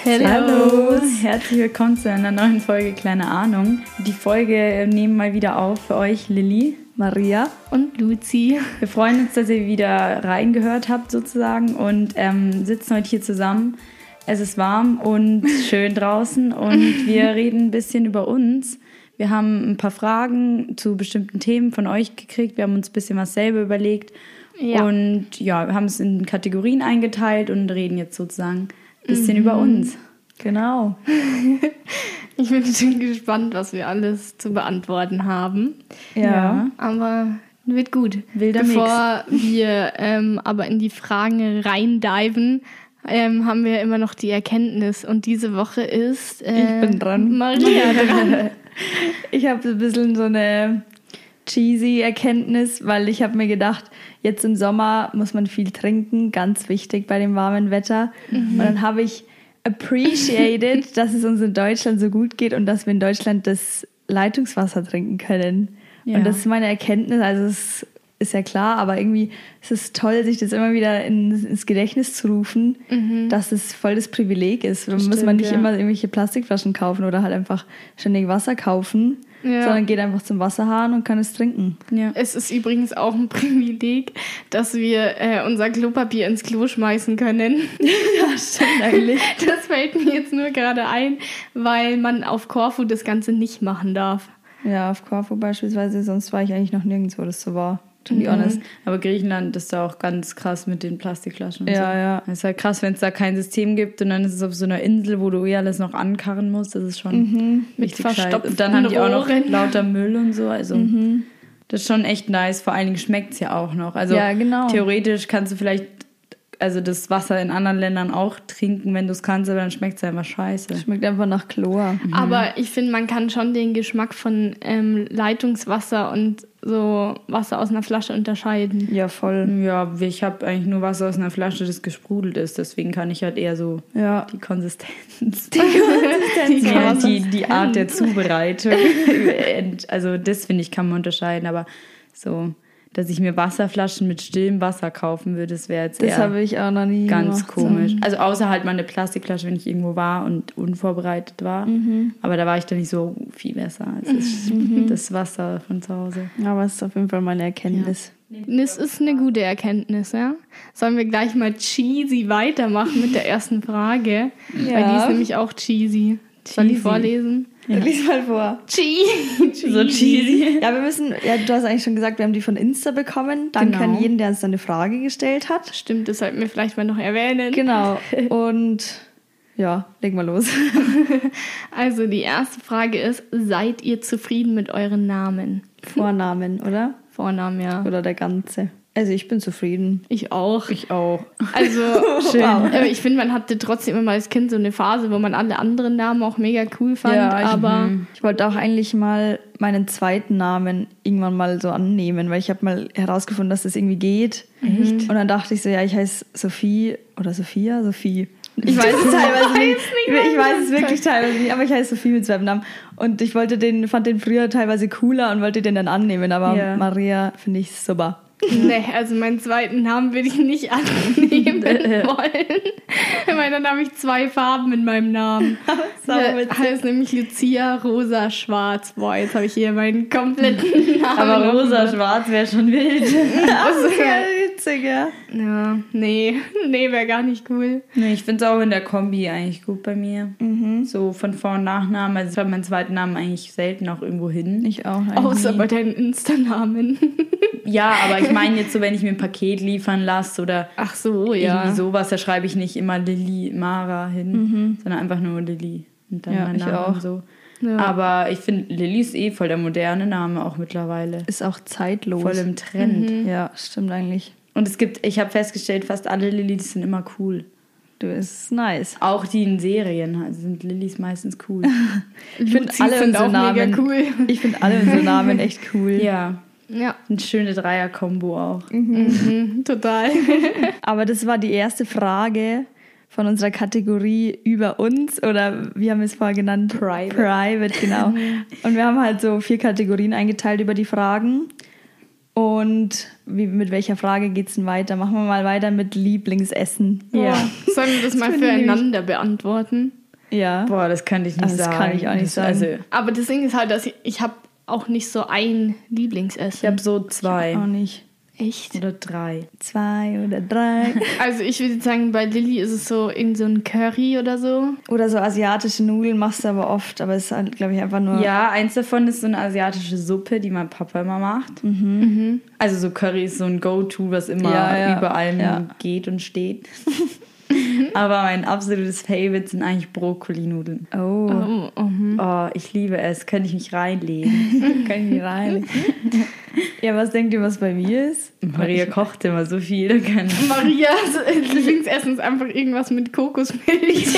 Hallo, herzlich willkommen zu einer neuen Folge Kleine Ahnung. Die Folge nehmen mal wieder auf für euch Lilly, Maria und Luzi. Wir freuen uns, dass ihr wieder reingehört habt sozusagen und sitzen heute hier zusammen. Es ist warm und schön draußen und wir reden ein bisschen über uns. Wir haben ein paar Fragen zu bestimmten Themen von euch gekriegt. Wir haben uns ein bisschen was selber überlegt und ja, wir haben es in Kategorien eingeteilt und reden jetzt sozusagen ein bisschen über uns. Genau. Ich bin schon gespannt, was wir alles zu beantworten haben. Ja. Aber wird gut. Wilder Bevor wir aber in die Fragen reindiven, haben wir immer noch die Erkenntnis. Und diese Woche ist ich bin dran. Maria dran. Ich habe ein bisschen so eine cheesy Erkenntnis, weil ich habe mir gedacht, jetzt im Sommer muss man viel trinken, ganz wichtig bei dem warmen Wetter. Und dann habe ich appreciated, dass es uns in Deutschland so gut geht und dass wir in Deutschland das Leitungswasser trinken können. Ja. Und das ist meine Erkenntnis, also es ist ja klar, aber irgendwie ist es toll, sich das immer wieder ins Gedächtnis zu rufen, dass es voll das Privileg ist. Da muss man nicht immer irgendwelche Plastikflaschen kaufen oder halt einfach ständig Wasser kaufen, sondern geht einfach zum Wasserhahn und kann es trinken. Ja. Es ist übrigens auch ein Privileg, dass wir unser Klopapier ins Klo schmeißen können. Ja, stimmt eigentlich. Das fällt mir jetzt nur gerade ein, weil man auf Korfu das Ganze nicht machen darf. Ja, auf Korfu beispielsweise, sonst war ich eigentlich noch nirgendwo, das so war. To be honest. Aber Griechenland ist da auch ganz krass mit den Plastikflaschen und so. Ja. Es ist halt krass, wenn es da kein System gibt und dann ist es auf so einer Insel, wo du alles noch ankarren musst. Das ist schon richtig scheiße. Und dann haben die auch noch lauter Müll und so. Also das ist schon echt nice. Vor allen Dingen schmeckt es ja auch noch. Also theoretisch kannst du vielleicht das Wasser in anderen Ländern auch trinken, wenn du es kannst, aber dann schmeckt es einfach scheiße. Schmeckt einfach nach Chlor. Aber ich finde, man kann schon den Geschmack von Leitungswasser und so Wasser aus einer Flasche unterscheiden. Ja, voll. Ja, ich habe eigentlich nur Wasser aus einer Flasche, das gesprudelt ist. Deswegen kann ich halt eher so die Konsistenz. Die Art der Zubereitung. Also das, finde ich, kann man unterscheiden. Aber so, dass ich mir Wasserflaschen mit stillem Wasser kaufen würde, das wäre jetzt das habe ich auch noch nie ganz gemacht, komisch. So. Also außer halt mal eine Plastikflasche, wenn ich irgendwo war und unvorbereitet war. Aber da war ich dann nicht so viel besser als das Wasser von zu Hause. Aber es ist auf jeden Fall meine Erkenntnis. Ja. Das ist eine gute Erkenntnis, ja. Sollen wir gleich mal cheesy weitermachen mit der ersten Frage? Ja. Weil die ist nämlich auch cheesy. Soll ich vorlesen? Ja. Lies mal vor. Cheesy. So cheesy. Ja, du hast eigentlich schon gesagt, wir haben die von Insta bekommen. Danke an jeden, der uns dann eine Frage gestellt hat. Stimmt, das sollten wir vielleicht mal noch erwähnen. Genau. Und ja, leg mal los. Also die erste Frage ist, seid ihr zufrieden mit euren Namen? Vornamen, oder? Vornamen, ja. Oder der ganze. Also ich bin zufrieden. Ich auch. Also schön. Aber ich finde, man hatte trotzdem immer als Kind so eine Phase, wo man alle anderen Namen auch mega cool fand. Ja, aber ich wollte auch eigentlich mal meinen zweiten Namen irgendwann mal so annehmen, weil ich habe mal herausgefunden, dass das irgendwie geht. Echt? Und dann dachte ich so, ja, ich heiße Sophie oder Sophie. Ich weiß es teilweise nicht. Ich weiß es wirklich teilweise nicht, aber ich heiße Sophie mit Zweitnamen. Und ich fand den früher teilweise cooler und wollte den dann annehmen, aber Maria finde ich super. Nee, also meinen zweiten Namen will ich nicht annehmen wollen. Weil dann habe ich 2 Farben in meinem Namen. Heißt nämlich Lucia, Rosa, Schwarz. Boah, jetzt habe ich hier meinen kompletten Namen. Aber Rosa, Schwarz wäre schon wild. Das wäre witzig, ja. Ja, nee, wäre gar nicht cool. Nee, ich finde es auch in der Kombi eigentlich gut bei mir. So von Vor- und Nachnamen. Also ich habe meinen zweiten Namen eigentlich selten auch irgendwo hin. Ich auch eigentlich. Außer bei deinen Insta-Namen. Ja, aber ich meine jetzt so, wenn ich mir ein Paket liefern lasse oder irgendwie sowas, da schreibe ich nicht immer Lilly Mara hin, sondern einfach nur Lilly. Und dann mein Name auch. Und so. Ja. Aber ich finde, Lilly ist voll der moderne Name auch mittlerweile. Ist auch zeitlos. Voll im Trend. Ja, stimmt eigentlich. Und ich habe festgestellt, fast alle Lillys sind immer cool. Du, ist nice. Auch die in Serien sind Lillys meistens cool. Ich finde alle unsere Namen mega cool. Ich finde alle unsere Namen echt cool. Ja. Eine schöne Dreier-Kombo auch. Total. Aber das war die erste Frage von unserer Kategorie über uns, oder wie haben wir es vorher genannt? Private, genau. Und wir haben halt so 4 Kategorien eingeteilt über die Fragen. Und mit welcher Frage geht's denn weiter? Machen wir mal weiter mit Lieblingsessen. Ja. Sollen wir das mal füreinander beantworten? Ja. Boah, das könnte ich nicht sagen. Das kann ich auch nicht sagen. Also, aber das Ding ist halt, dass ich habe auch nicht so ein Lieblingsessen. Ich habe so 2. Ich auch nicht. Echt? Oder 3. 2 oder 3. Also ich würde sagen, bei Lilly ist es so irgend so ein Curry oder so. Oder so asiatische Nudeln machst du aber oft, aber es ist halt, glaube ich, einfach nur... Ja, eins davon ist so eine asiatische Suppe, die mein Papa immer macht. Also so Curry ist so ein Go-To, was immer überall geht und steht. Aber mein absolutes Favorite sind eigentlich Brokkolinudeln. Oh, ich liebe es. Könnte ich mich reinlegen. Ja, was denkt ihr, was bei mir ist? Maria kocht immer so viel. Marias Lieblingsessen ist einfach irgendwas mit Kokosmilch.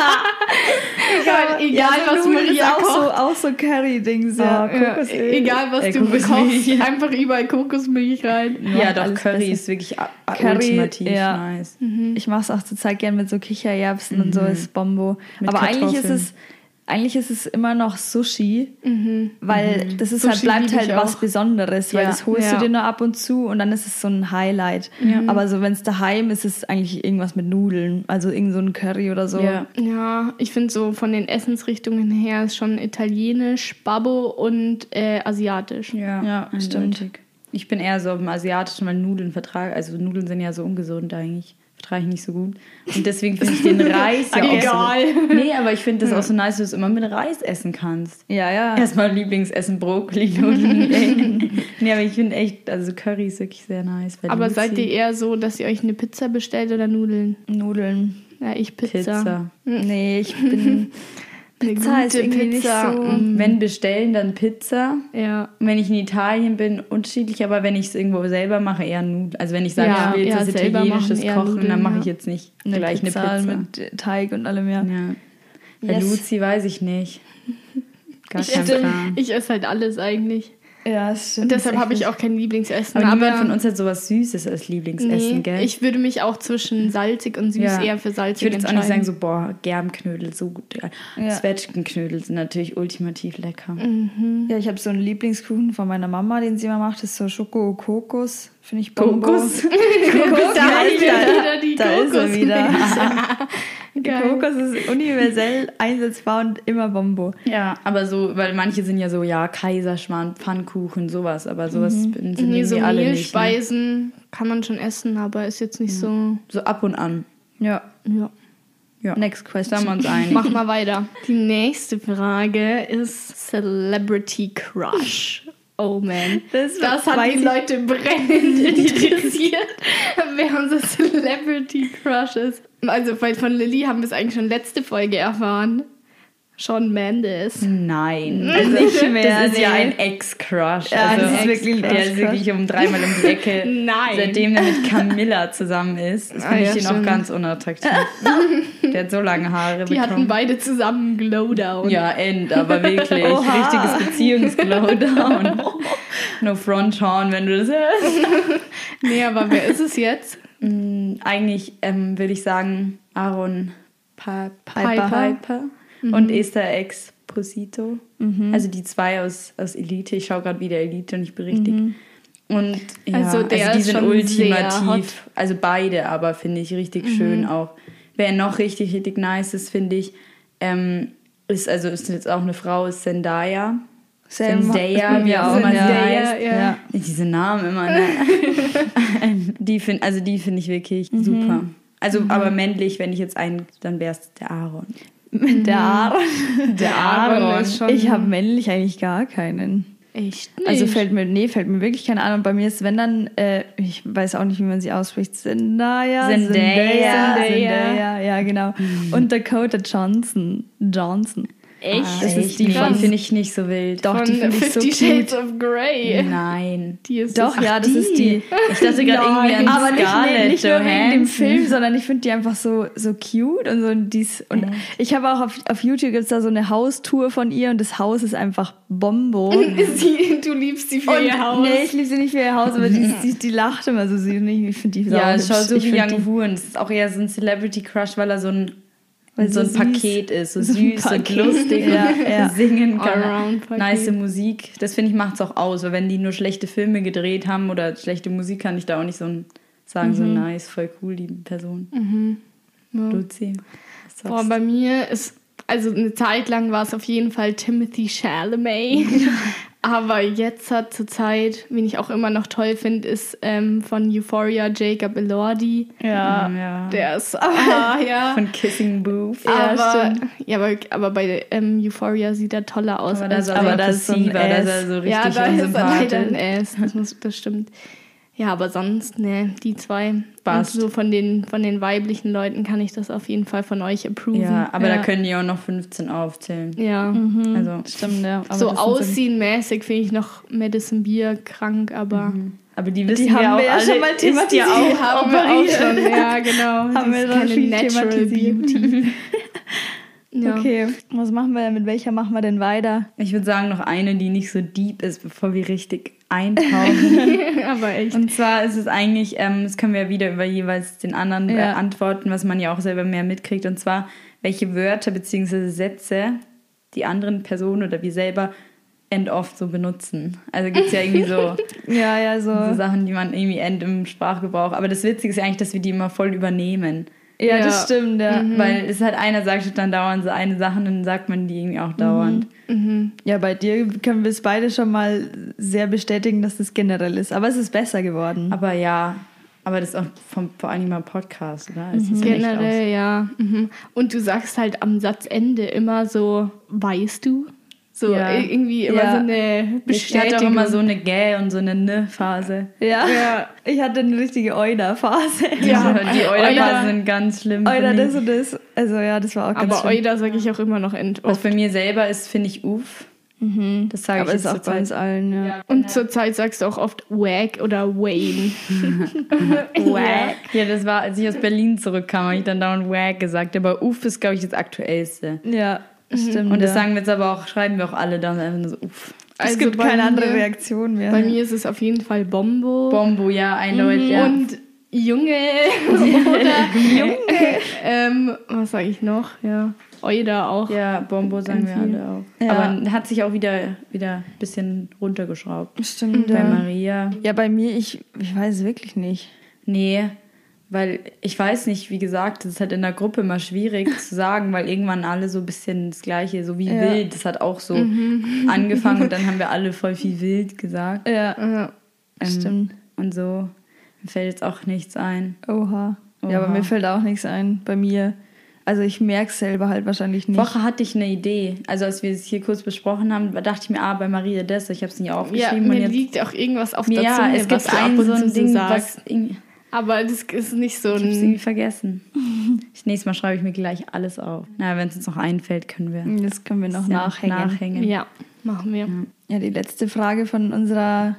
Egal was Maria kocht. Auch so Curry-Dings. Kokosmilch. Egal was du kochst, einfach überall Kokosmilch rein. Ja, doch, Curry ist wirklich ultimativ nice. Ich mache es auch zurzeit gern mit so Kichererbsen und so, ist Bombo. Aber eigentlich ist es immer noch Sushi, weil das ist Sushi bleibt halt auch. was Besonderes, weil das holst du dir nur ab und zu und dann ist es so ein Highlight. Aber so wenn es daheim ist, ist es eigentlich irgendwas mit Nudeln, also irgend so ein Curry oder so. Ja, ich finde so von den Essensrichtungen her ist schon italienisch, Babbo und asiatisch. Ja, stimmt. Ich bin eher so im Asiatischen, weil Nudeln vertrage. Also Nudeln sind ja so ungesund eigentlich. Vertrage ich nicht so gut. Und deswegen finde ich den Reis ja egal. auch so... Nee, aber ich finde das auch so nice, dass du es immer mit Reis essen kannst. Ja. Erstmal Lieblingsessen, Brokkoli-Nudeln. Nee, aber ich finde echt, also Curry ist wirklich sehr nice. Aber seid ihr eher so, dass ihr euch eine Pizza bestellt oder Nudeln? Nudeln. Ja, ich Pizza. Nee, ich bin... Pizza ist irgendwie nicht so... Wenn bestellen, dann Pizza. Ja. Wenn ich in Italien bin, unterschiedlich. Aber wenn ich es irgendwo selber mache, eher Nudeln. Also wenn ich sage, ich will jetzt was Italienisches kochen, Nudeln, dann mache ich jetzt nicht gleich eine Pizza. Mit Teig und allem, ja. Bei Luzi weiß ich nicht. Gar kein Plan. Ich esse halt alles eigentlich. Ja, das stimmt. Und deshalb habe ich auch kein Lieblingsessen. Aber niemand von uns hat sowas Süßes als Lieblingsessen, gell? Ich würde mich auch zwischen salzig und süß eher für salzig entscheiden. Ich würde jetzt auch nicht sagen, so, boah, Germknödel, so gut. Zwetschgenknödel sind natürlich ultimativ lecker. Ja, ich habe so einen Lieblingskuchen von meiner Mama, den sie immer macht. Das ist so Schoko-Kokos. Finde ich Bombo. Kokos? Da ist er wieder. Kokos ist universell einsetzbar und immer Bombo. Ja, aber so, weil manche sind ja so, Kaiserschmarrn, Pfannkuchen, sowas, aber sowas sind irgendwie so alle Mehlspeisen nicht, ne? kann man schon essen, aber ist jetzt nicht so... So ab und an. Ja. Next question. Da haben wir uns einig. Mach mal weiter. Die nächste Frage ist Celebrity Crush. Oh man, das hat die Leute brennend interessiert. Wer unser Celebrity Crush ist. Also von Lilly haben wir es eigentlich schon letzte Folge erfahren. Shawn Mendes. Nein, nicht mehr. Das ist ja ein Ex-Crush. Ja, also das ist wirklich ein der ist wirklich dreimal um die Ecke. Nein. Seitdem er mit Camilla zusammen ist, finde ich den auch ganz unattraktiv. Der hat so lange Haare Die hatten beide zusammen Glowdown. Ja, aber wirklich. Richtiges Beziehungsglowdown. No front, Sean, wenn du das hörst. Nee, aber wer ist es jetzt? Eigentlich würde ich sagen Aaron Piper. Und Esther Exposito. Also die 2 aus Elite. Ich schaue gerade wieder Elite und ich bin richtig. Und also die sind ultimativ. Also beide, aber finde ich richtig schön auch. Wer noch richtig, richtig nice ist, finde ich, ist jetzt auch eine Frau, ist Zendaya. Zendaya, wie auch immer sie heißt. Ja. Diese Namen immer, ne? Die finde ich wirklich super. Also, aber männlich, wenn ich jetzt dann wäre es der Aaron. Der Aaron ist schon... Ich habe männlich eigentlich gar keinen. Echt nicht? Also fällt mir wirklich keiner an. Und bei mir ist, wenn dann, ich weiß auch nicht, wie man sie ausspricht, Zendaya, ja genau. Und Dakota Johnson. Echt? Das ist die finde ich nicht so wild. Doch, die finde ich so 50 Shades of Grey. Nein. Die ist doch, das ist die. Ich dachte gerade irgendwie an aber Scarlett nicht nur wegen dem Film, sondern ich finde die einfach so cute und so. Und ich habe auch auf YouTube gibt es da so eine Haustour von ihr und das Haus ist einfach Bombo. Du liebst sie für ihr Haus. Nee, ich liebe sie nicht für ihr Haus, aber die lacht immer so süß. Ich finde die ja, schau so wie Young Wu. Das ist auch eher so ein Celebrity Crush, weil er so ein weil so ein Paket ist, so süß und lustig und singen kann. Nice Musik. Das finde ich macht es auch aus, weil wenn die nur schlechte Filme gedreht haben oder schlechte Musik, kann ich da auch nicht so sagen, so nice, voll cool, die Person. Luzi. Boah, bei mir ist, also eine Zeit lang war es auf jeden Fall Timothée Chalamet. Aber jetzt zur Zeit, wen ich auch immer noch toll finde, ist von Euphoria Jacob Elordi. Ja. Der ist von Kissing Booth. Aber bei Euphoria sieht er toller aus. Aber da ist so ein S. So richtig da ist er leider ein S. Das stimmt. Ja, aber sonst, die zwei. Und so von den weiblichen Leuten kann ich das auf jeden Fall von euch approven. Ja, aber da können die auch noch 15 aufzählen. Ja. Also stimmt, ja. Aber so aussiehenmäßig finde ich noch Madison Beer krank, aber... Aber die wissen wir auch alle, schon mal thematisiert. Haben wir auch schon, ja, genau. Haben wir schon viel Natural Beauty. Ja. Okay, was machen wir denn? Mit welcher machen wir denn weiter? Ich würde sagen, noch eine, die nicht so deep ist, bevor wir richtig eintauchen. Aber echt. Und zwar ist es eigentlich, das können wir wieder über jeweils den anderen antworten, was man ja auch selber mehr mitkriegt. Und zwar, welche Wörter bzw. Sätze die anderen Personen oder wir selber oft so benutzen. Also gibt es ja irgendwie so, so Sachen, die man irgendwie im Sprachgebrauch. Aber das Witzige ist ja eigentlich, dass wir die immer voll übernehmen. Ja, das stimmt, ja. Weil es halt einer sagt dann dauernd so eine Sache und dann sagt man die irgendwie auch dauernd. Ja, bei dir können wir es beide schon mal sehr bestätigen, dass das generell ist. Aber es ist besser geworden. Aber das ist auch vor allem mal Podcast, oder? Generell, ja. Und du sagst halt am Satzende immer so, weißt du? So irgendwie immer so eine Bestätigung. Ich hatte auch immer so eine Gä- und so eine Ne-Phase. Ja. Ich hatte eine richtige Euda-Phase. Ja, die Euda-Phasen sind ganz schlimm. Euda, das und das. Also ja, das war auch ganz schlimm. Aber Euda sage ich auch immer noch oft. Was bei mir selber ist, finde ich Uff. Das sage ich jetzt auch bei uns allen, ja. Und zur Zeit sagst du auch oft Wack oder Wayne. Wack. Ja, das war, als ich aus Berlin zurückkam, habe ich dann dauernd Wack gesagt. Aber Uff ist, glaube ich, das Aktuellste. Ja. Stimmt, und das sagen wir jetzt aber auch, schreiben wir auch alle dann einfach nur so, uff. Es gibt keine andere Reaktion mehr. Bei mir ist es auf jeden Fall Bombo. Bombo, ja, eindeutig. Ja. Und Junge oder Junge. Was sage ich noch? Ja, Euda auch. Ja, Bombo sagen wir alle auch. Ja. Aber hat sich auch wieder ein bisschen runtergeschraubt. Stimmt, bei Maria. Ja, bei mir, ich weiß es wirklich nicht. Nee, weil ich weiß nicht, wie gesagt, das ist halt in der Gruppe immer schwierig zu sagen, weil irgendwann alle so ein bisschen das Gleiche, so wie wild, das hat auch so angefangen und dann haben wir alle voll viel wild gesagt. Ja, stimmt. Und so, mir fällt jetzt auch nichts ein. Oha. Ja, aber mir fällt auch nichts ein, bei mir. Also ich merke es selber halt wahrscheinlich nicht. Woche hatte ich eine Idee. Also als wir es hier kurz besprochen haben, dachte ich mir, bei Maria das, ich habe es nicht aufgeschrieben. Ja, mir liegt auch irgendwas auf der Zunge, es gibt so ein Ding, was aber das ist nicht so ein... Ich hab's irgendwie vergessen. Nächstes Mal schreibe ich mir gleich alles auf. Na, wenn es uns noch einfällt, können wir... Das können wir noch nachhängen. Ja, machen wir. Ja, die letzte Frage von unserer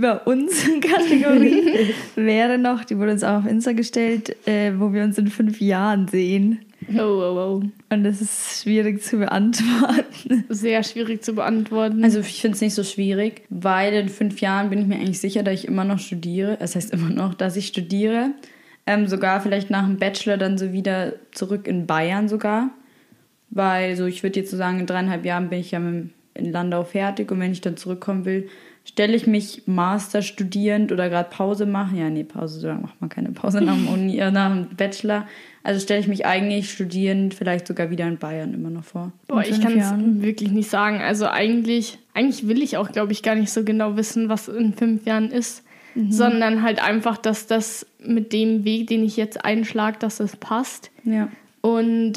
Über-uns-Kategorie wäre noch, die wurde uns auch auf Insta gestellt, wo wir uns in 5 Jahren sehen. Oh. Und das ist schwierig zu beantworten. Sehr schwierig zu beantworten. Also ich finde es nicht so schwierig, weil in 5 Jahren bin ich mir eigentlich sicher, dass ich immer noch studiere. Das heißt immer noch, dass ich studiere. Sogar vielleicht nach dem Bachelor dann so wieder zurück in Bayern sogar. Weil so, ich würde jetzt so sagen, in 3,5 Jahren bin ich ja in Landau fertig. Und wenn ich dann zurückkommen will, stelle ich mich Master studierend oder gerade Pause machen. Ja, nee, Pause, so lange macht man keine Pause nach dem Bachelor. Also stelle ich mich eigentlich studierend vielleicht sogar wieder in Bayern immer noch vor. Boah, ich kann es wirklich nicht sagen. Also eigentlich will ich auch, glaube ich, gar nicht so genau wissen, was in 5 Jahren ist. Sondern halt einfach, dass das mit dem Weg, den ich jetzt einschlage, dass das passt. Ja. Und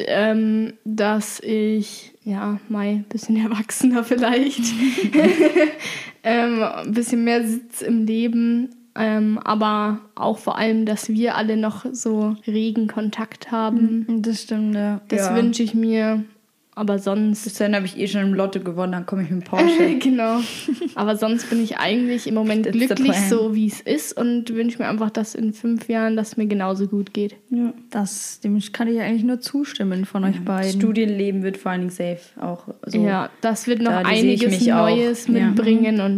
dass ich, mal ein bisschen erwachsener vielleicht, ein bisschen mehr Sitz im Leben, aber auch vor allem, dass wir alle noch so regen Kontakt haben. Das stimmt, ja. Das wünsche ich mir. Aber sonst... Bis dann habe ich schon im Lotto gewonnen, dann komme ich mit dem Porsche. Genau. Aber sonst bin ich eigentlich im Moment glücklich, so wie es ist und wünsche mir einfach, dass in 5 Jahren das mir genauso gut geht. Ja. Dem kann ich eigentlich nur zustimmen von euch beiden. Studienleben wird vor allen Dingen safe auch so. Ja, das wird noch einiges Neues mitbringen und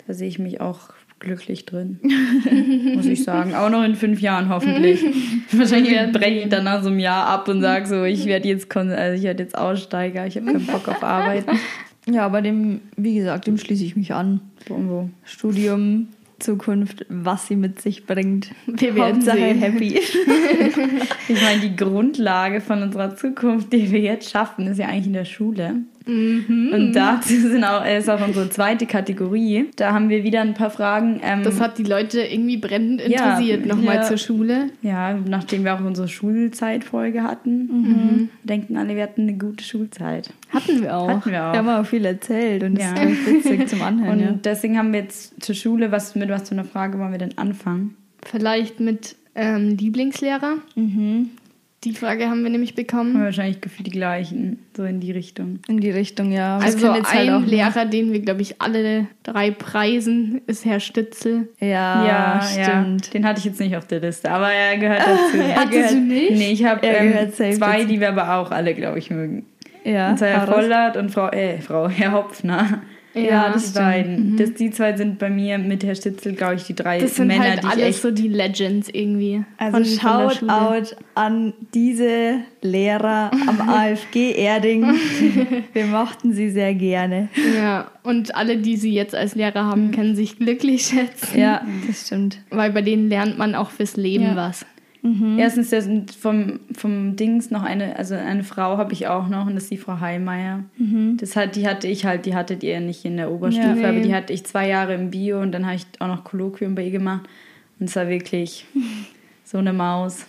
Da sehe ich mich auch glücklich drin, muss ich sagen. Auch noch in 5 Jahren hoffentlich. Wahrscheinlich breche ich dann nach so einem Jahr ab und sage so, ich werde jetzt Aussteiger, ich habe keinen Bock auf Arbeit. Ja, aber wie gesagt, dem schließe ich mich an. Bongo. Studium, Zukunft, was sie mit sich bringt. Wir werden sehen. Happy. Ich meine, die Grundlage von unserer Zukunft, die wir jetzt schaffen, ist ja eigentlich in der Schule. Und dazu ist auch unsere zweite Kategorie. Da haben wir wieder ein paar Fragen. Das hat die Leute irgendwie brennend interessiert, nochmal zur Schule. Ja, nachdem wir auch unsere Schulzeitfolge hatten, denken alle, wir hatten eine gute Schulzeit. Hatten wir auch. Wir haben auch viel erzählt und das ist witzig zum Anhören. Und deswegen haben wir jetzt zur Schule, mit was für einer Frage wollen wir denn anfangen? Vielleicht mit Lieblingslehrer. Die Frage haben wir nämlich bekommen. Haben wir wahrscheinlich gefühlt die gleichen, so in die Richtung. In die Richtung, ja. Also ein halt Lehrer, den wir, glaube ich, alle 3 preisen, ist Herr Stützel. Ja, stimmt. Ja. Den hatte ich jetzt nicht auf der Liste, aber er gehört dazu. Hattest du nicht? Nee, ich habe 2, die wir aber auch alle, glaube ich, mögen. Ja. Und zwar Herr Vollert und Herr Hopfner. Ja, das beiden. Die 2 sind bei mir mit Herr Stützel, glaube ich, die 3 das sind Männer, halt die alles so die Legends irgendwie. Also Shoutout an diese Lehrer am AFG Erding. Wir mochten sie sehr gerne. Ja, und alle, die sie jetzt als Lehrer haben, können sich glücklich schätzen. Ja, das stimmt. Weil bei denen lernt man auch fürs Leben was. Erstens, das sind vom Dings noch eine Frau habe ich auch noch und das ist die Frau Heimeier. Die hattet ihr nicht in der Oberstufe, aber die hatte ich 2 Jahre im Bio und dann habe ich auch noch Kolloquium bei ihr gemacht und es war wirklich so eine Maus.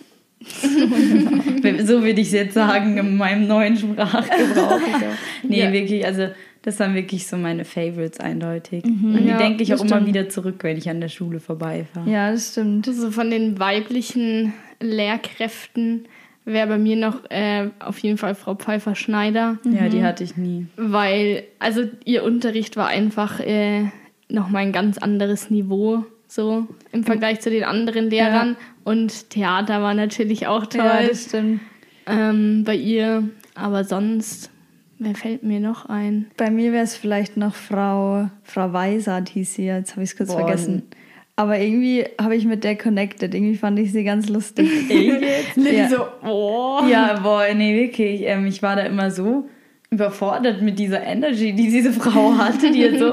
So würde ich es jetzt sagen in meinem neuen Sprachgebrauch. Nee, wirklich, also das waren wirklich so meine Favorites eindeutig. Und die denke ich auch immer wieder zurück, wenn ich an der Schule vorbeifahre. Ja, das stimmt. Also von den weiblichen Lehrkräften wäre bei mir noch auf jeden Fall Frau Pfeiffer-Schneider. Ja, die hatte ich nie. Weil, also ihr Unterricht war einfach nochmal ein ganz anderes Niveau, so im Vergleich zu den anderen Lehrern. Ja. Und Theater war natürlich auch toll. Ja, das stimmt. Bei ihr, aber sonst... Wer fällt mir noch ein? Bei mir wäre es vielleicht noch Frau Weisert, hieß sie. Jetzt habe ich es kurz vergessen. Aber irgendwie habe ich mit der connected. Irgendwie fand ich sie ganz lustig. Ja. So, oh. Ja, nee, wirklich. Ich war da immer so überfordert mit dieser Energy, die diese Frau hatte. Die jetzt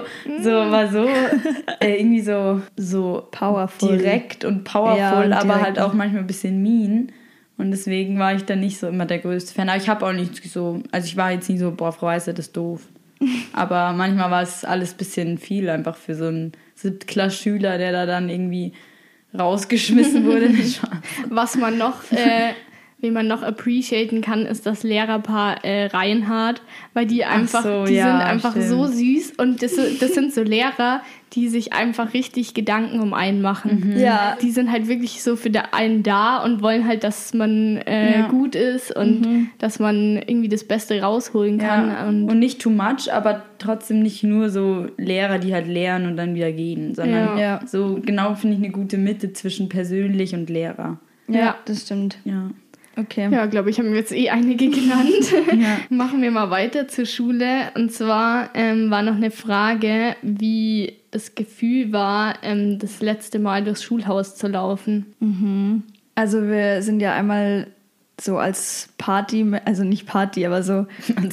irgendwie so powerful. Direkt und powerful, aber halt auch manchmal ein bisschen mean. Und deswegen war ich dann nicht so immer der größte Fan. Aber ich habe auch nicht so, also ich war jetzt nicht so, Frau Weisert ist doof. Aber manchmal war es alles ein bisschen viel einfach für so einen 7-Klass-Schüler, der da dann irgendwie rausgeschmissen wurde. Was man noch, wie man noch appreciaten kann, ist das Lehrerpaar Reinhardt, weil die einfach, sind einfach so süß und das sind so Lehrer, die sich einfach richtig Gedanken um einen machen. Ja. Die sind halt wirklich so für einen da und wollen halt, dass man gut ist und dass man irgendwie das Beste rausholen kann. Ja. Und nicht too much, aber trotzdem nicht nur so Lehrer, die halt lehren und dann wieder gehen, sondern so genau finde ich eine gute Mitte zwischen persönlich und Lehrer. Ja, das stimmt. Ja. Okay. Ja, glaube ich, haben wir jetzt einige genannt. Machen wir mal weiter zur Schule. Und zwar war noch eine Frage, wie das Gefühl war, das letzte Mal durchs Schulhaus zu laufen. Also wir sind ja einmal so als Party, also nicht Party, aber so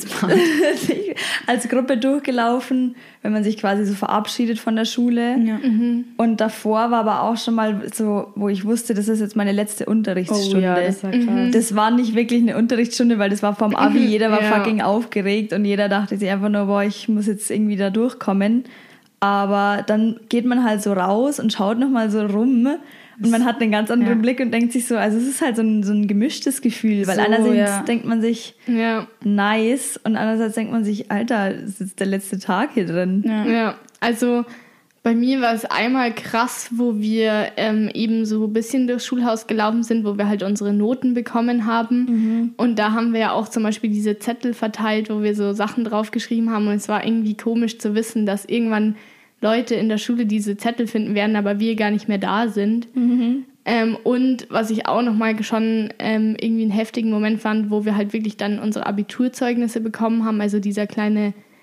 als Gruppe durchgelaufen, wenn man sich quasi so verabschiedet von der Schule. Ja. Und davor war aber auch schon mal so, wo ich wusste, das ist jetzt meine letzte Unterrichtsstunde. Oh, ja, das war krass. Das war nicht wirklich eine Unterrichtsstunde, weil das war vom Abi, jeder war fucking aufgeregt und jeder dachte sich einfach nur, boah, ich muss jetzt irgendwie da durchkommen. Aber dann geht man halt so raus und schaut nochmal so rum und man hat einen ganz anderen Blick und denkt sich so, also es ist halt so ein gemischtes Gefühl, weil einerseits denkt man sich nice und andererseits denkt man sich, Alter, das ist jetzt der letzte Tag hier drin. Ja, also bei mir war es einmal krass, wo wir eben so ein bisschen durchs Schulhaus gelaufen sind, wo wir halt unsere Noten bekommen haben. Und da haben wir ja auch zum Beispiel diese Zettel verteilt, wo wir so Sachen draufgeschrieben haben. Und es war irgendwie komisch zu wissen, dass irgendwann Leute in der Schule diese Zettel finden werden, aber wir gar nicht mehr da sind. Und was ich auch nochmal schon irgendwie einen heftigen Moment fand, wo wir halt wirklich dann unsere Abiturzeugnisse bekommen haben, also dieser kleine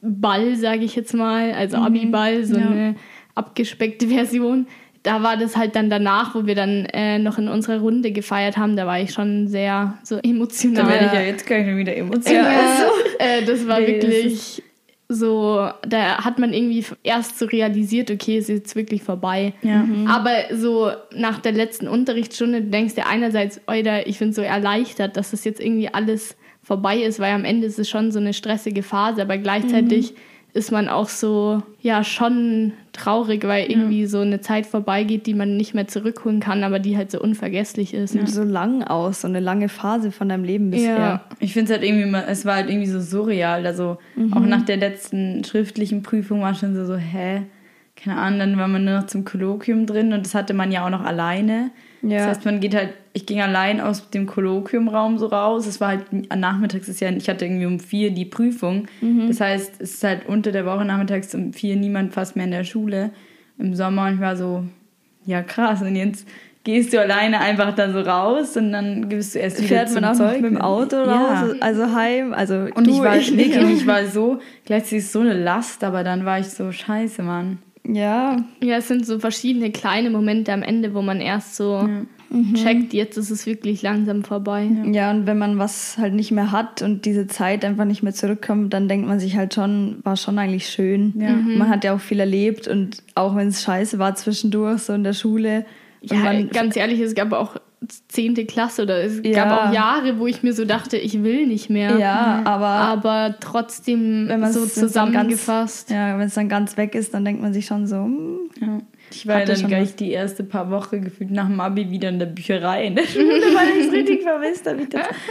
Ball, sage ich jetzt mal, also Abi-Ball, so eine abgespeckte Version. Da war das halt dann danach, wo wir dann noch in unserer Runde gefeiert haben, da war ich schon sehr so emotional. Da werde ich ja jetzt gleich schon wieder emotional. Das war wirklich so, da hat man irgendwie erst so realisiert, okay, es ist jetzt wirklich vorbei. Ja. Aber so nach der letzten Unterrichtsstunde, du denkst dir einerseits, Alter, ich bin so erleichtert, dass das jetzt irgendwie alles vorbei ist, weil am Ende ist es schon so eine stressige Phase, aber gleichzeitig ist man auch so, ja, schon traurig, weil irgendwie so eine Zeit vorbeigeht, die man nicht mehr zurückholen kann, aber die halt so unvergesslich ist. Sieht so lang aus, so eine lange Phase von deinem Leben bisher. Ja. Ich finde es halt irgendwie, es war halt irgendwie so surreal, also auch nach der letzten schriftlichen Prüfung war schon so, keine Ahnung, dann war man nur noch zum Kolloquium drin und das hatte man ja auch noch alleine. Ja. Das heißt, ich ging allein aus dem Kolloquiumraum so raus. Es war halt nachmittags, ich hatte irgendwie um 4 die Prüfung. Das heißt, es ist halt unter der Woche nachmittags um 4 niemand fast mehr in der Schule. Im Sommer und ich war so, ja krass. Und jetzt gehst du alleine einfach da so raus und dann gibst du erst wieder zum Zeug. Fährt man auch mit dem Auto raus, also heim. Also und ich war so, gleichzeitig ist so eine Last, aber dann war ich so, scheiße, Mann. Ja, es sind so verschiedene kleine Momente am Ende, wo man erst so checkt, jetzt ist es wirklich langsam vorbei. Ja, und wenn man was halt nicht mehr hat und diese Zeit einfach nicht mehr zurückkommt, dann denkt man sich halt schon, war schon eigentlich schön. Ja. Man hat ja auch viel erlebt und auch wenn es scheiße war zwischendurch, so in der Schule. Ja, ganz ehrlich, es gab auch 10. Klasse oder es gab auch Jahre, wo ich mir so dachte, ich will nicht mehr. Ja, aber trotzdem wenn so zusammengefasst. Wenn es dann ganz weg ist, dann denkt man sich schon so, Ich war ja dann gleich die erste paar Wochen gefühlt nach dem Abi wieder in der Bücherei in der Schule, weil ich es richtig vermisst habe.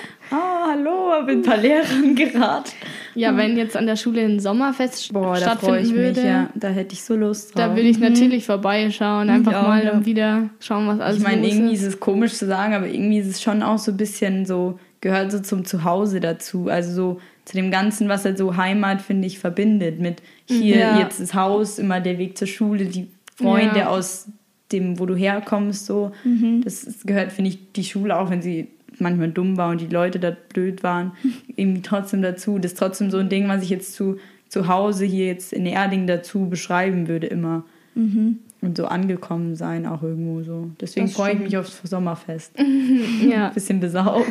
Hallo, bin ein paar Lehrern geraten. Ja, wenn jetzt an der Schule ein Sommerfest stattfinden würde, da hätte ich so Lust drauf. Da würde ich natürlich vorbeischauen, einfach mal und wieder schauen, was alles ist. Ich meine, irgendwie ist es komisch zu sagen, aber irgendwie ist es schon auch so ein bisschen so, gehört so zum Zuhause dazu. Also so zu dem Ganzen, was halt so Heimat, finde ich, verbindet. Mit hier jetzt das Haus, immer der Weg zur Schule, die Freunde aus dem, wo du herkommst, so. Das gehört, finde ich, die Schule, auch wenn sie manchmal dumm war und die Leute da blöd waren, irgendwie trotzdem dazu. Das ist trotzdem so ein Ding, was ich jetzt zu Hause hier jetzt in Erding dazu beschreiben würde immer. Und so angekommen sein auch irgendwo so. Deswegen freue ich mich aufs Sommerfest. Bisschen besaugt.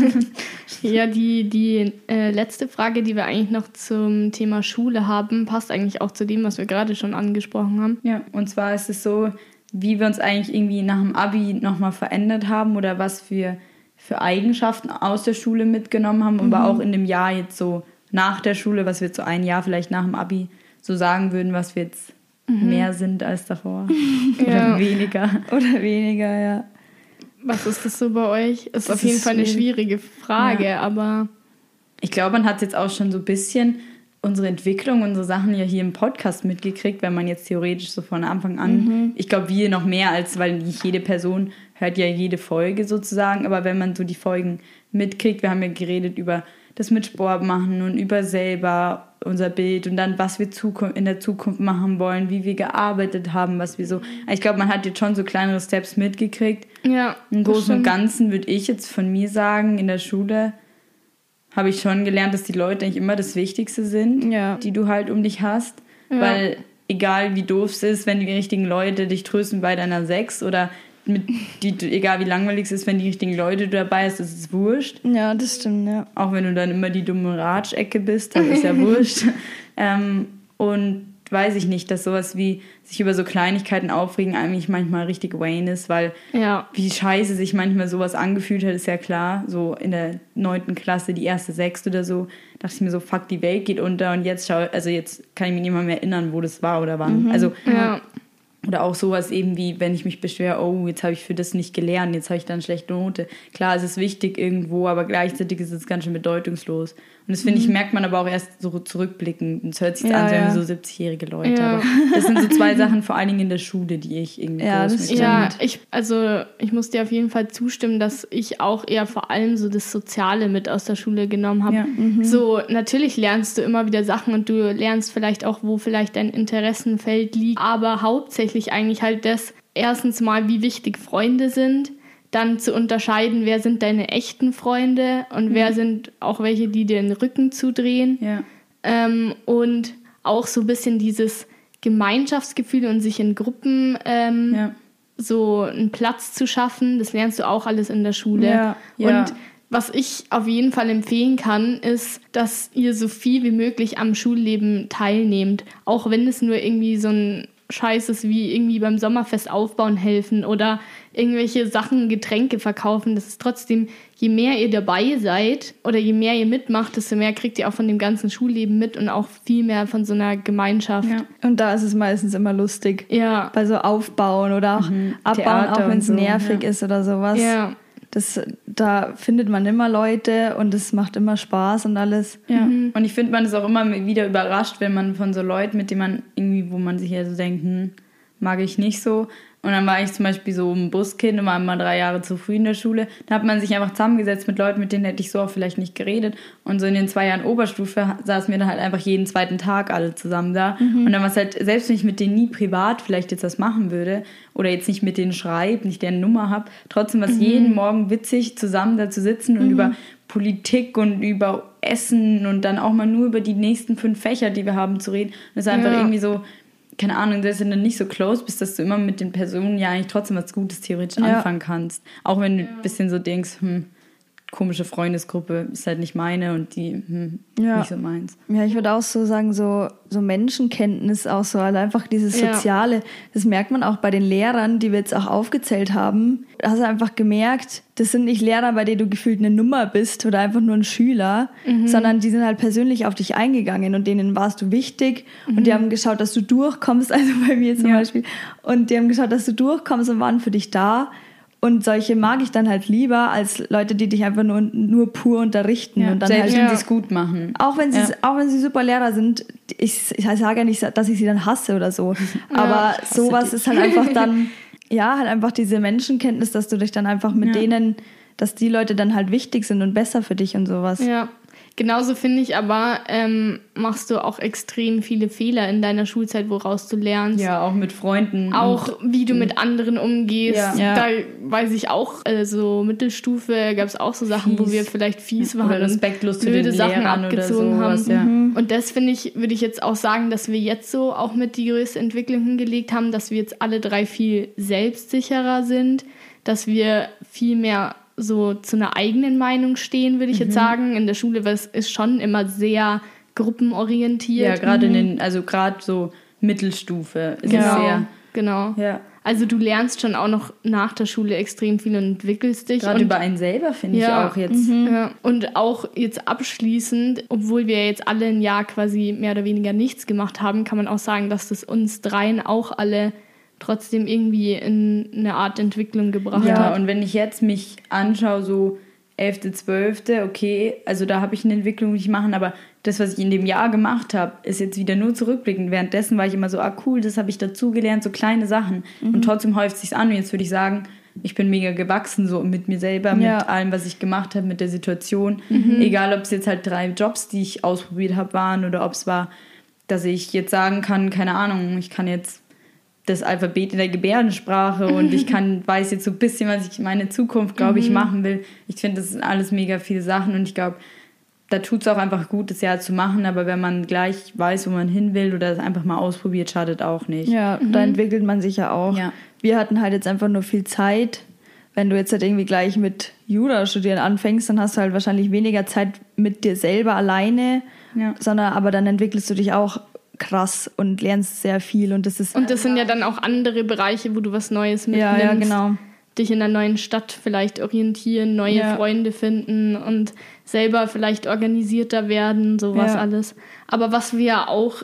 Ja, die letzte Frage, die wir eigentlich noch zum Thema Schule haben, passt eigentlich auch zu dem, was wir gerade schon angesprochen haben. Ja, und zwar ist es so, wie wir uns eigentlich irgendwie nach dem Abi nochmal verändert haben oder was wir für Eigenschaften aus der Schule mitgenommen haben, aber auch in dem Jahr jetzt so nach der Schule, was wir jetzt so ein Jahr vielleicht nach dem Abi so sagen würden, was wir jetzt mehr sind als davor. Oder weniger. Oder weniger, ja. Was ist das so bei euch? Ist auf jeden Fall eine schwierige Frage, aber... Ich glaube, man hat jetzt auch schon so ein bisschen unsere Entwicklung, unsere Sachen ja hier im Podcast mitgekriegt, wenn man jetzt theoretisch so von Anfang an... Ich glaube, wir noch mehr als, weil nicht jede Person hört ja jede Folge sozusagen, aber wenn man so die Folgen mitkriegt, wir haben ja geredet über das mit Sport machen und über selber unser Bild und dann, was wir in der Zukunft machen wollen, wie wir gearbeitet haben, was wir so... Ich glaube, man hat jetzt schon so kleinere Steps mitgekriegt. Ja. Im Großen und Ganzen würde ich jetzt von mir sagen, in der Schule habe ich schon gelernt, dass die Leute eigentlich immer das Wichtigste sind, die du halt um dich hast. Ja. Weil egal wie doof es ist, wenn die richtigen Leute dich trösten bei deiner 6 oder egal wie langweilig es ist, wenn die richtigen Leute dabei ist, das ist wurscht. Ja, das stimmt, ja. Auch wenn du dann immer die dumme Ratschecke bist, dann ist ja wurscht. Und weiß ich nicht, dass sowas wie sich über so Kleinigkeiten aufregen eigentlich manchmal richtig Wayne ist, weil wie scheiße sich manchmal sowas angefühlt hat, ist ja klar. So in der 9. Klasse, die erste 6 oder so, dachte ich mir so, fuck, die Welt geht unter und jetzt kann ich mich nicht mal mehr erinnern, wo das war oder wann. Oder auch sowas eben wie, wenn ich mich beschwere, oh, jetzt habe ich für das nicht gelernt, jetzt habe ich dann eine schlechte Note. Klar, es ist wichtig irgendwo, aber gleichzeitig ist es ganz schön bedeutungslos. Und das, finde ich, merkt man aber auch erst so zurückblickend. Das hört sich jetzt an, als wären wir so 70-jährige Leute. Ja. Aber das sind so 2 Sachen, vor allen Dingen in der Schule, die ich irgendwie groß mitnehme. Ich muss dir auf jeden Fall zustimmen, dass ich auch eher vor allem so das Soziale mit aus der Schule genommen habe. Ja. So, natürlich lernst du immer wieder Sachen und du lernst vielleicht auch, wo vielleicht dein Interessenfeld liegt, aber hauptsächlich eigentlich halt das, erstens mal, wie wichtig Freunde sind, dann zu unterscheiden, wer sind deine echten Freunde und wer sind auch welche, die dir den Rücken zudrehen. Ja. und auch so ein bisschen dieses Gemeinschaftsgefühl und sich in Gruppen so einen Platz zu schaffen. Das lernst du auch alles in der Schule. Ja. Und was ich auf jeden Fall empfehlen kann, ist, dass ihr so viel wie möglich am Schulleben teilnehmt. Auch wenn es nur irgendwie so ein Scheiß ist, wie irgendwie beim Sommerfest aufbauen helfen oder irgendwelche Sachen, Getränke verkaufen. Das ist trotzdem, je mehr ihr dabei seid oder je mehr ihr mitmacht, desto mehr kriegt ihr auch von dem ganzen Schulleben mit und auch viel mehr von so einer Gemeinschaft. Ja. Und da ist es meistens immer lustig. Ja. Bei so Aufbauen oder auch Abbauen, Theater auch wenn es so nervig ist oder sowas. Ja. Da findet man immer Leute und es macht immer Spaß und alles. Ja. Und ich finde, man ist auch immer wieder überrascht, wenn man von so Leuten, mit denen man irgendwie, wo man sich ja so denkt, mag ich nicht so. Und dann war ich zum Beispiel so ein Buskind und war immer 3 Jahre zu früh in der Schule. Da hat man sich einfach zusammengesetzt mit Leuten, mit denen hätte ich so auch vielleicht nicht geredet. Und so in den 2 Jahren Oberstufe saßen wir dann halt einfach jeden zweiten Tag alle zusammen da. Und dann war es halt, selbst wenn ich mit denen nie privat vielleicht jetzt was machen würde oder jetzt nicht mit denen schreibe, nicht deren Nummer habe, trotzdem war es jeden Morgen witzig, zusammen da zu sitzen und über Politik und über Essen und dann auch mal nur über die nächsten 5 Fächer, die wir haben, zu reden. Und das ist einfach irgendwie so, keine Ahnung, dass du dann nicht so close bist, dass du immer mit den Personen ja eigentlich trotzdem was Gutes theoretisch anfangen kannst. Auch wenn du ein bisschen so denkst, komische Freundesgruppe ist halt nicht meine und die nicht so meins. Ja, ich würde auch so sagen, so Menschenkenntnis auch so, also einfach dieses Soziale, das merkt man auch bei den Lehrern, die wir jetzt auch aufgezählt haben. Da hast du einfach gemerkt, das sind nicht Lehrer, bei denen du gefühlt eine Nummer bist oder einfach nur ein Schüler, sondern die sind halt persönlich auf dich eingegangen und denen warst du wichtig und die haben geschaut, dass du durchkommst, also bei mir zum Beispiel, und die haben geschaut, dass du durchkommst und waren für dich da. Und solche mag ich dann halt lieber als Leute, die dich einfach nur pur unterrichten. Ja, und dann selbst halt, wenn sie es gut machen. Auch wenn sie super Lehrer sind, ich sage ja nicht, dass ich sie dann hasse oder so. Aber sowas ist halt einfach dann, halt einfach diese Menschenkenntnis, dass du dich dann einfach mit denen, dass die Leute dann halt wichtig sind und besser für dich und sowas. Ja. Genauso finde ich aber, machst du auch extrem viele Fehler in deiner Schulzeit, woraus du lernst. Ja, auch mit Freunden. Auch wie du mit anderen umgehst. Ja. Da weiß ich auch, so Mittelstufe gab es auch so Sachen, wo wir vielleicht fies waren oder respektlos und blöde Sachen abgezogen oder sowas, haben. Und das würde ich jetzt auch sagen, dass wir jetzt so auch mit die größte Entwicklung hingelegt haben, dass wir jetzt alle 3 viel selbstsicherer sind, dass wir viel mehr so zu einer eigenen Meinung stehen, würde ich jetzt sagen. In der Schule ist schon immer sehr gruppenorientiert. Ja, gerade gerade so Mittelstufe ist es sehr. Genau. Ja. Also du lernst schon auch noch nach der Schule extrem viel und entwickelst dich. Gerade über einen selber, finde ich auch jetzt. Ja. Und auch jetzt abschließend, obwohl wir jetzt alle ein Jahr quasi mehr oder weniger nichts gemacht haben, kann man auch sagen, dass das uns dreien auch alle trotzdem irgendwie in eine Art Entwicklung gebracht hat. Ja, und wenn ich jetzt mich anschaue, so 11., 12., okay, also da habe ich eine Entwicklung nicht machen, aber das, was ich in dem Jahr gemacht habe, ist jetzt wieder nur zurückblickend. Währenddessen war ich immer so, cool, das habe ich dazugelernt, so kleine Sachen. Und trotzdem häuft es sich an und jetzt würde ich sagen, ich bin mega gewachsen, so mit mir selber, mit allem, was ich gemacht habe, mit der Situation. Egal, ob es jetzt halt 3 Jobs, die ich ausprobiert habe, waren oder ob es war, dass ich jetzt sagen kann, keine Ahnung, ich kann jetzt das Alphabet in der Gebärdensprache und ich weiß jetzt so ein bisschen, was ich in meine Zukunft, glaube ich, machen will. Ich finde, das sind alles mega viele Sachen und ich glaube, da tut es auch einfach gut, das Jahr zu machen, aber wenn man gleich weiß, wo man hin will oder das einfach mal ausprobiert, schadet auch nicht. Ja, da entwickelt man sich ja auch. Ja. Wir hatten halt jetzt einfach nur viel Zeit. Wenn du jetzt halt irgendwie gleich mit Jura studieren anfängst, dann hast du halt wahrscheinlich weniger Zeit mit dir selber alleine, aber dann entwickelst du dich auch krass und lernst sehr viel und das sind ja dann auch andere Bereiche, wo du was Neues mitnimmst. Ja, genau. Dich in einer neuen Stadt vielleicht orientieren, neue Freunde finden und selber vielleicht organisierter werden, sowas alles. Aber was wir auch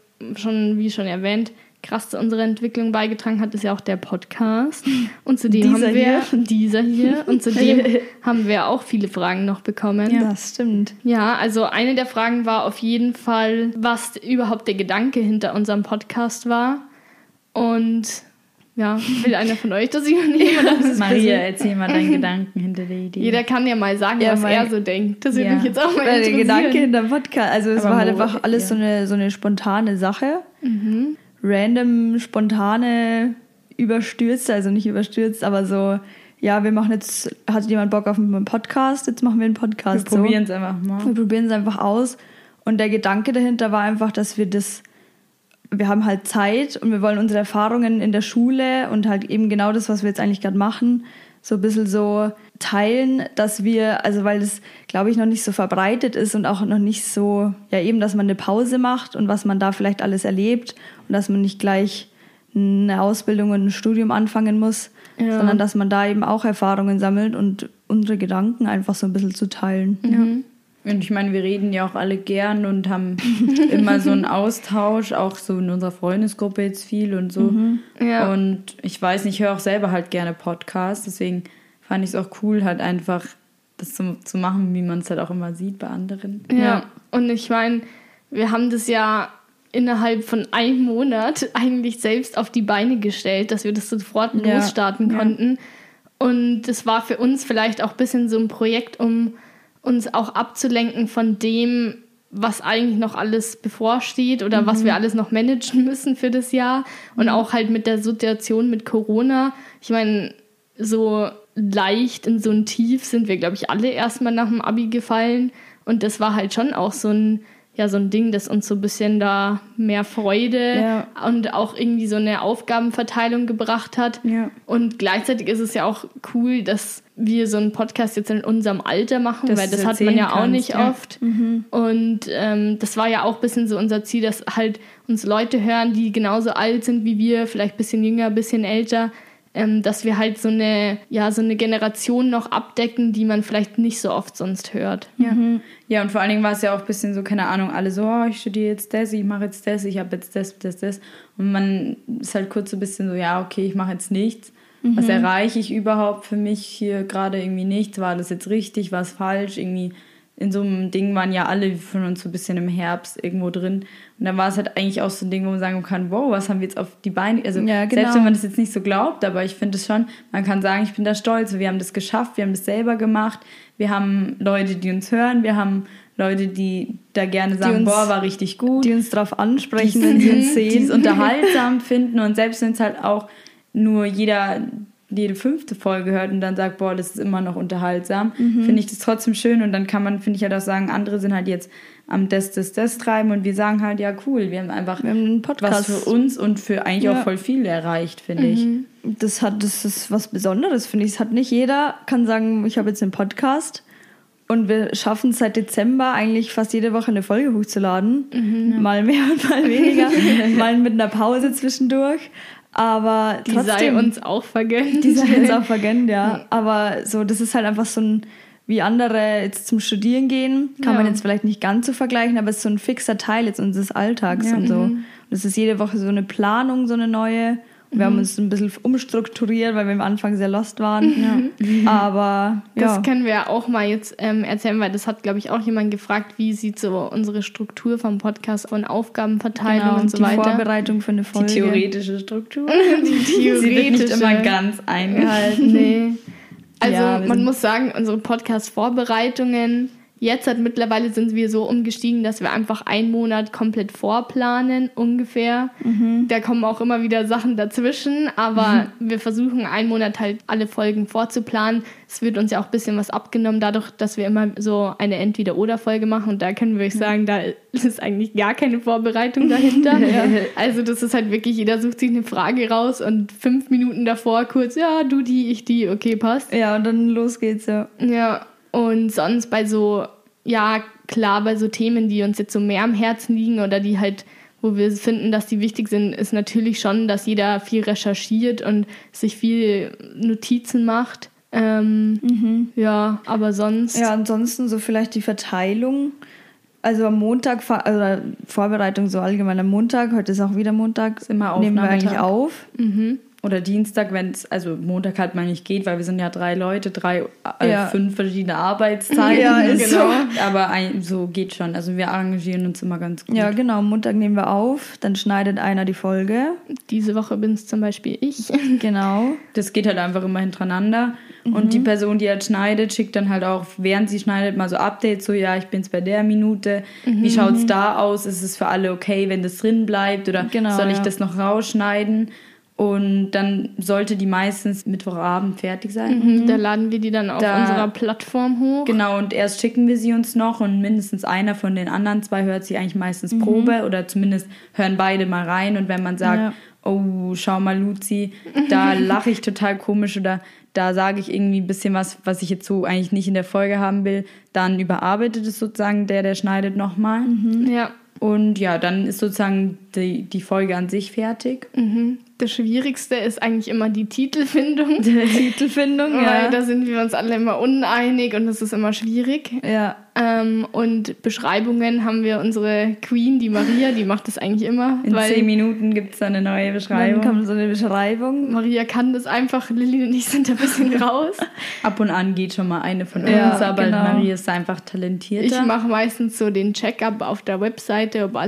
wie schon erwähnt, krass zu unserer Entwicklung beigetragen hat, ist ja auch der Podcast. Und zudem dieser hier, und zudem haben wir auch viele Fragen noch bekommen. Ja, das stimmt. Ja, also eine der Fragen war auf jeden Fall, was überhaupt der Gedanke hinter unserem Podcast war. Und will einer von euch das übernehmen? Maria, erzähl mal deinen Gedanken hinter der Idee. Jeder kann ja mal sagen, was er so denkt. Das würde mich jetzt auch mal interessieren. Der Gedanke hinter dem Podcast, also es war halt einfach alles so eine spontane Sache. Random, spontane, überstürzt, also nicht überstürzt, aber so, wir machen jetzt, hatte jemand Bock auf einen Podcast, jetzt machen wir einen Podcast. Wir probieren es einfach mal. Wir probieren es einfach aus Und der Gedanke dahinter war einfach, dass wir haben halt Zeit und wir wollen unsere Erfahrungen in der Schule und halt eben genau das, was wir jetzt eigentlich gerade machen, so ein bisschen so teilen, dass wir, also weil das, glaube ich, noch nicht so verbreitet ist und auch noch nicht so, ja eben, dass man eine Pause macht und was man da vielleicht alles erlebt und dass man nicht gleich eine Ausbildung und ein Studium anfangen muss, sondern dass man da eben auch Erfahrungen sammelt und unsere Gedanken einfach so ein bisschen zu teilen. Ja. Und ich meine, wir reden ja auch alle gern und haben immer so einen Austausch, auch so in unserer Freundesgruppe jetzt viel und so. Ja. Und ich weiß nicht, ich höre auch selber halt gerne Podcasts, deswegen fand ich es auch cool, halt einfach das zu machen, wie man es halt auch immer sieht bei anderen. Ja, und ich meine, wir haben das ja innerhalb von einem Monat eigentlich selbst auf die Beine gestellt, dass wir das sofort losstarten konnten. Und das war für uns vielleicht auch ein bisschen so ein Projekt, um uns auch abzulenken von dem, was eigentlich noch alles bevorsteht oder was wir alles noch managen müssen für das Jahr. Und auch halt mit der Situation mit Corona. Ich meine, so leicht in so ein Tief sind wir, glaube ich, alle erstmal nach dem Abi gefallen. Und das war halt schon auch so ein Ding, das uns so ein bisschen da mehr Freude und auch irgendwie so eine Aufgabenverteilung gebracht hat. Ja. Und gleichzeitig ist es ja auch cool, dass wir so einen Podcast jetzt in unserem Alter machen, weil das hat man ja auch nicht oft. Und das war ja auch ein bisschen so unser Ziel, dass halt uns Leute hören, die genauso alt sind wie wir, vielleicht ein bisschen jünger, ein bisschen älter, dass wir halt so eine Generation noch abdecken, die man vielleicht nicht so oft sonst hört. Ja, und vor allen Dingen war es ja auch ein bisschen so, keine Ahnung, alle so, ich studiere jetzt das, ich mache jetzt das, ich habe jetzt das. Und man ist halt kurz so ein bisschen so, ja, okay, ich mache jetzt nichts. Was erreiche ich überhaupt für mich hier gerade irgendwie nichts? War das jetzt richtig, war es falsch? Irgendwie in so einem Ding waren ja alle von uns so ein bisschen im Herbst irgendwo drin. Und dann war es halt eigentlich auch so ein Ding, wo man sagen kann, wow, was haben wir jetzt auf die Beine... Also selbst wenn man das jetzt nicht so glaubt, aber ich finde es schon, man kann sagen, ich bin da stolz. Wir haben das geschafft, wir haben das selber gemacht. Wir haben Leute, die uns hören, wir haben Leute, die da gerne sagen, war richtig gut. Die uns darauf ansprechen, wenn sie uns sehen. Die es unterhaltsam finden und selbst wenn es halt auch nur jede 5. Folge hört und dann sagt, das ist immer noch unterhaltsam, finde ich das trotzdem schön und dann kann man, finde ich halt auch sagen, andere sind halt jetzt am das treiben und wir sagen halt, ja cool, wir haben einen Podcast was für uns und für eigentlich auch voll viel erreicht, finde ich. Das ist was Besonderes, finde ich. Es hat nicht jeder, kann sagen, ich habe jetzt einen Podcast und wir schaffen es seit Dezember eigentlich fast jede Woche eine Folge hochzuladen. Mal mehr und mal weniger, mal mit einer Pause zwischendurch. Aber trotzdem, die sei uns auch vergönnt. Ja. Aber so, das ist halt einfach so ein, wie andere jetzt zum Studieren gehen, kann man jetzt vielleicht nicht ganz so vergleichen, aber es ist so ein fixer Teil jetzt unseres Alltags und so. Und es ist jede Woche so eine Planung, so eine neue. Wir haben uns ein bisschen umstrukturiert, weil wir am Anfang sehr lost waren. Aber das können wir ja auch mal jetzt erzählen, weil das hat, glaube ich, auch jemand gefragt, wie sieht so unsere Struktur vom Podcast von Aufgabenverteilung und so weiter. Die Vorbereitung für eine Folge. Die theoretische Struktur. Sie wird nicht immer ganz eingehalten. Nee. Also man muss sagen, unsere Podcast-Vorbereitungen, jetzt mittlerweile sind wir so umgestiegen, dass wir einfach einen Monat komplett vorplanen, ungefähr. Da kommen auch immer wieder Sachen dazwischen, aber wir versuchen einen Monat halt alle Folgen vorzuplanen. Es wird uns ja auch ein bisschen was abgenommen, dadurch, dass wir immer so eine Entweder-Oder-Folge machen und da können wir euch sagen, da ist eigentlich gar keine Vorbereitung dahinter. Also das ist halt wirklich, jeder sucht sich eine Frage raus und 5 Minuten davor kurz, ja, du die, ich die, okay, passt. Ja, und dann los geht's, Ja. Und sonst bei so Themen, die uns jetzt so mehr am Herzen liegen oder die halt, wo wir finden, dass die wichtig sind, ist natürlich schon, dass jeder viel recherchiert und sich viel Notizen macht. Ja, aber sonst... Ja, ansonsten so vielleicht die Verteilung. Also am Montag, also Vorbereitung so allgemein am Montag, heute ist auch wieder Montag, nehmen wir eigentlich auf. Oder Dienstag, wenn es, also Montag halt mal nicht geht, weil wir sind ja 3 Leute, 5 verschiedene Arbeitszeiten. Ja, ist so. Aber so geht schon. Also wir arrangieren uns immer ganz gut. Ja, genau. Montag nehmen wir auf, dann schneidet einer die Folge. Diese Woche bin es zum Beispiel ich. Genau. Das geht halt einfach immer hintereinander. Und die Person, die halt schneidet, schickt dann halt auch, während sie schneidet, mal so Updates, so, ja, ich bin jetzt bei der Minute. Wie schaut's da aus? Ist es für alle okay, wenn das drin bleibt? Oder soll ich das noch rausschneiden? Und dann sollte die meistens Mittwochabend fertig sein. Da laden wir die dann auf unserer Plattform hoch. Genau, und erst schicken wir sie uns noch und mindestens einer von den anderen 2 hört sie eigentlich meistens Probe oder zumindest hören beide mal rein. Und wenn man sagt, oh, schau mal, Luzi, da lache ich total komisch oder da sage ich irgendwie ein bisschen was ich jetzt so eigentlich nicht in der Folge haben will, dann überarbeitet es sozusagen der schneidet nochmal. Ja. Und ja, dann ist sozusagen die Folge an sich fertig. Das Schwierigste ist eigentlich immer die Titelfindung. Weil da sind wir uns alle immer uneinig und das ist immer schwierig. Ja. Und Beschreibungen haben wir unsere Queen, die Maria, die macht das eigentlich immer. In 10 Minuten gibt es dann eine neue Beschreibung. Dann kommt so eine Beschreibung. Maria kann das einfach, Lilly und ich sind da ein bisschen raus. Ab und an geht schon mal eine von uns, aber genau. Maria ist einfach talentierter. Ich mache meistens so den Check-up auf der Webseite, ob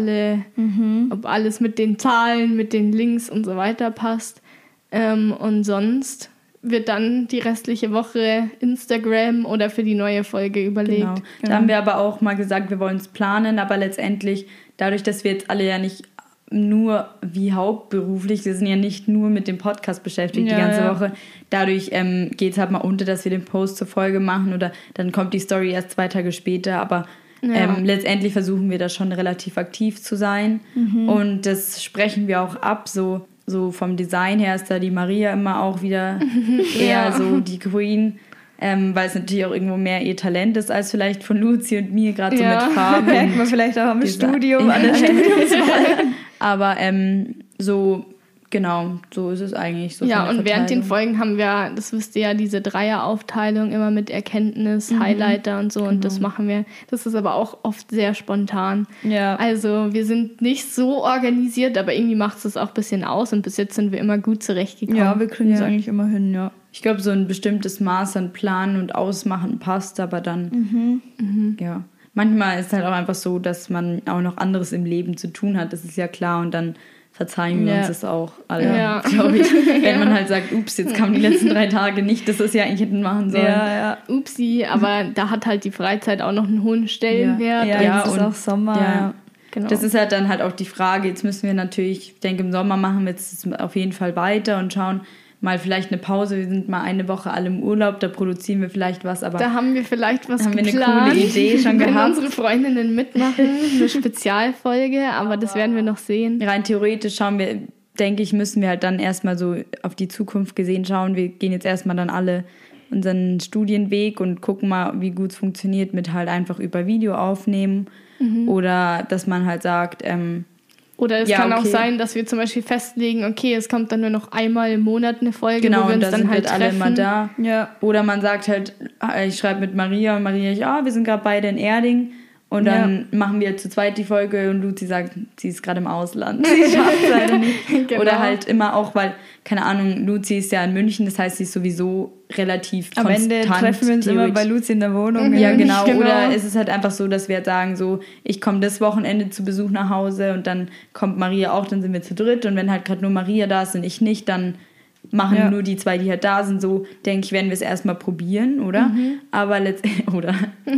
alles mit den Zahlen, mit den Links und so weiter passt. Und sonst wird dann die restliche Woche Instagram oder für die neue Folge überlegt. Genau. Da haben wir aber auch mal gesagt, wir wollen es planen, aber letztendlich, dadurch, dass wir jetzt alle ja nicht nur wie hauptberuflich, wir sind ja nicht nur mit dem Podcast beschäftigt die ganze Woche, dadurch geht es halt mal unter, dass wir den Post zur Folge machen oder dann kommt die Story erst 2 Tage später, aber letztendlich versuchen wir da schon relativ aktiv zu sein und das sprechen wir auch ab, so vom Design her ist da die Maria immer auch wieder eher so die Queen, weil es natürlich auch irgendwo mehr ihr Talent ist als vielleicht von Luzi und mir, gerade so mit Farben. Merkt man vielleicht auch am Studium, an der Studiumswahl. Aber so, genau, so ist es eigentlich. So ja, und während den Folgen haben wir, das wisst ihr ja, diese Dreieraufteilung immer mit Erkenntnis, Highlighter und so. Und das machen wir. Das ist aber auch oft sehr spontan. Ja. Also wir sind nicht so organisiert, aber irgendwie macht es das auch ein bisschen aus. Und bis jetzt sind wir immer gut zurechtgekommen. Ja, wir kriegen es eigentlich immer hin, ja. Ich glaube, so ein bestimmtes Maß an Planen und Ausmachen passt, aber dann, ja. Manchmal ist es halt auch einfach so, dass man auch noch anderes im Leben zu tun hat. Das ist ja klar. Und dann verzeihen wir uns das auch alle, glaube ich. Wenn man halt sagt, ups, jetzt kamen die letzten 3 Tage nicht, das ist ja eigentlich hätten machen sollen. Ja. Upsi, aber da hat halt die Freizeit auch noch einen hohen Stellenwert. Ja, es ist auch Sommer. Ja. Genau. Das ist halt dann halt auch die Frage, jetzt müssen wir natürlich, ich denke im Sommer machen wir jetzt auf jeden Fall weiter und schauen, mal vielleicht eine Pause, wir sind mal eine Woche alle im Urlaub, da produzieren wir vielleicht was, aber da haben wir vielleicht was haben geplant. Wir eine coole Idee schon gehabt. Wenn unsere Freundinnen mitmachen, eine Spezialfolge, aber das werden wir noch sehen. Rein theoretisch müssen wir halt dann erstmal so auf die Zukunft gesehen schauen, wir gehen jetzt erstmal dann alle unseren Studienweg und gucken mal, wie gut es funktioniert mit halt einfach über Video aufnehmen oder dass man halt sagt, oder es kann auch sein, dass wir zum Beispiel festlegen, okay, es kommt dann nur noch einmal im Monat eine Folge, wo wir uns dann halt treffen. Alle immer da. Ja. Oder man sagt halt, ich schreibe mit Maria und Maria, wir sind gerade beide in Erding und dann machen wir zu zweit die Folge und Luzi sagt, sie ist gerade im Ausland. Sie schafft es leider nicht. Genau. Oder halt immer auch, weil, keine Ahnung, Luzi ist ja in München, das heißt, sie ist sowieso relativ am konstant. Am Ende treffen wir uns immer bei Luzi in der Wohnung. Ja, genau. Oder ist es halt einfach so, dass wir halt sagen, so, ich komme das Wochenende zu Besuch nach Hause und dann kommt Maria auch, dann sind wir zu dritt und wenn halt gerade nur Maria da ist und ich nicht, dann machen nur die 2, die halt da sind. So, denke ich, werden wir es erstmal probieren, oder? Aber oder?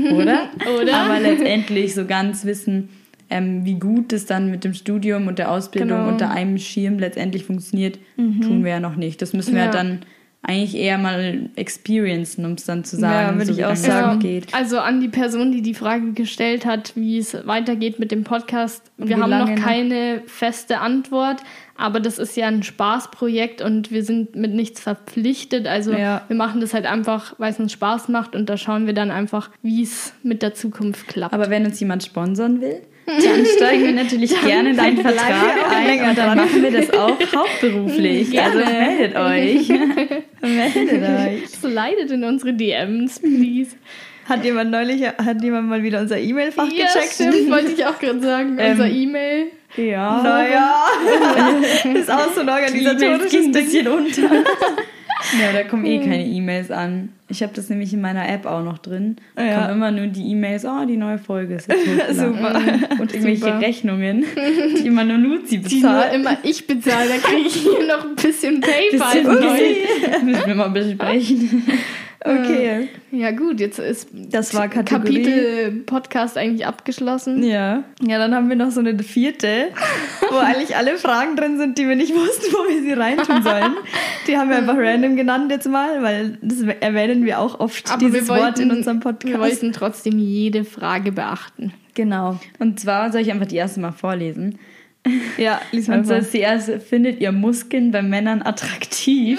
Aber letztendlich so ganz wissen, wie gut es dann mit dem Studium und der Ausbildung unter einem Schirm letztendlich funktioniert, tun wir ja noch nicht. Das müssen wir dann eigentlich eher mal experiencen, um es dann zu sagen, würde ich auch sagen. Geht. Also an die Person, die die Frage gestellt hat, wie es weitergeht mit dem Podcast. Wir haben noch keine feste Antwort, aber das ist ja ein Spaßprojekt und wir sind mit nichts verpflichtet. Also wir machen das halt einfach, weil es uns Spaß macht und da schauen wir dann einfach, wie es mit der Zukunft klappt. Aber wenn uns jemand sponsern will, dann steigen wir natürlich gerne in deinen Vertrag ein und dann machen wir das auch hauptberuflich. Gerne. Also meldet euch. Slidet in unsere DMs, please. Hat jemand mal wieder unser E-Mail-Fach gecheckt? Ja, stimmt, wollte ich auch gerade sagen. Unser E-Mail. Ja. Naja. Ist auch so ein organisatorisches Ding. Ein bisschen unter. Ja, da kommen keine E-Mails an. Ich habe das nämlich in meiner App auch noch drin. Da kommen immer nur die E-Mails, die neue Folge ist jetzt super. Und irgendwelche Rechnungen, die immer nur Luzi bezahlt. Die nur immer ich bezahle, da kriege ich hier noch ein bisschen PayPal. Müssen wir mal besprechen. Okay. Ja gut, jetzt ist das war Kapitel Podcast eigentlich abgeschlossen. Ja. Ja, dann haben wir noch so eine 4., wo eigentlich alle Fragen drin sind, die wir nicht wussten, wo wir sie reintun sollen. Die haben wir einfach random genannt jetzt mal, weil das erwähnen wir auch oft, aber dieses Wort in unserem Podcast. Wir wollten trotzdem jede Frage beachten. Genau. Und zwar soll ich einfach die erste mal vorlesen. Ja, lies mal. Und so ist die erste: Findet ihr Muskeln bei Männern attraktiv?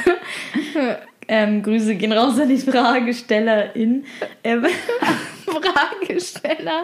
Grüße gehen raus an die Fragestellerin. Fragesteller.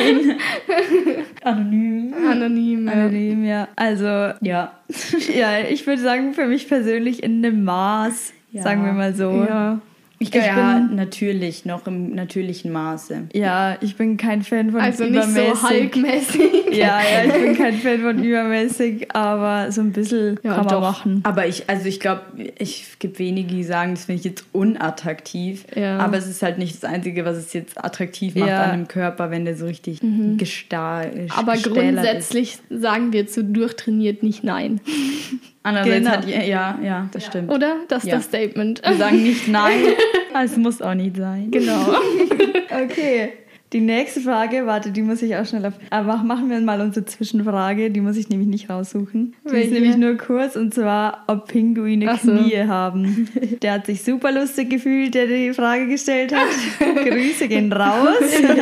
Anonym, ja. Also, ja. Ja, ich würde sagen, für mich persönlich in einem Maß, sagen wir mal so. Ja. Ich bin natürlich, noch im natürlichen Maße. Ja, ich bin kein Fan von also übermäßig. Also nicht so Hulk-mäßig. Ja, ich bin kein Fan von übermäßig, aber so ein bisschen kann man machen. Aber ich glaube, es gibt wenige, die sagen, das finde ich jetzt unattraktiv. Ja. Aber es ist halt nicht das Einzige, was es jetzt attraktiv macht an einem Körper, wenn der so richtig gestählt ist. Aber grundsätzlich sagen wir zu durchtrainiert nicht nein. Andererseits ja, das stimmt. Oder? Das ist das Statement. Wir sagen nicht nein, es muss auch nicht sein. Genau. Okay, die nächste Frage, warte, die muss ich auch schnell aber machen wir mal unsere Zwischenfrage, die muss ich nämlich nicht raussuchen. Die ist nämlich nur kurz, und zwar, ob Pinguine Knie haben. Der hat sich super lustig gefühlt, der die Frage gestellt hat. Grüße gehen raus.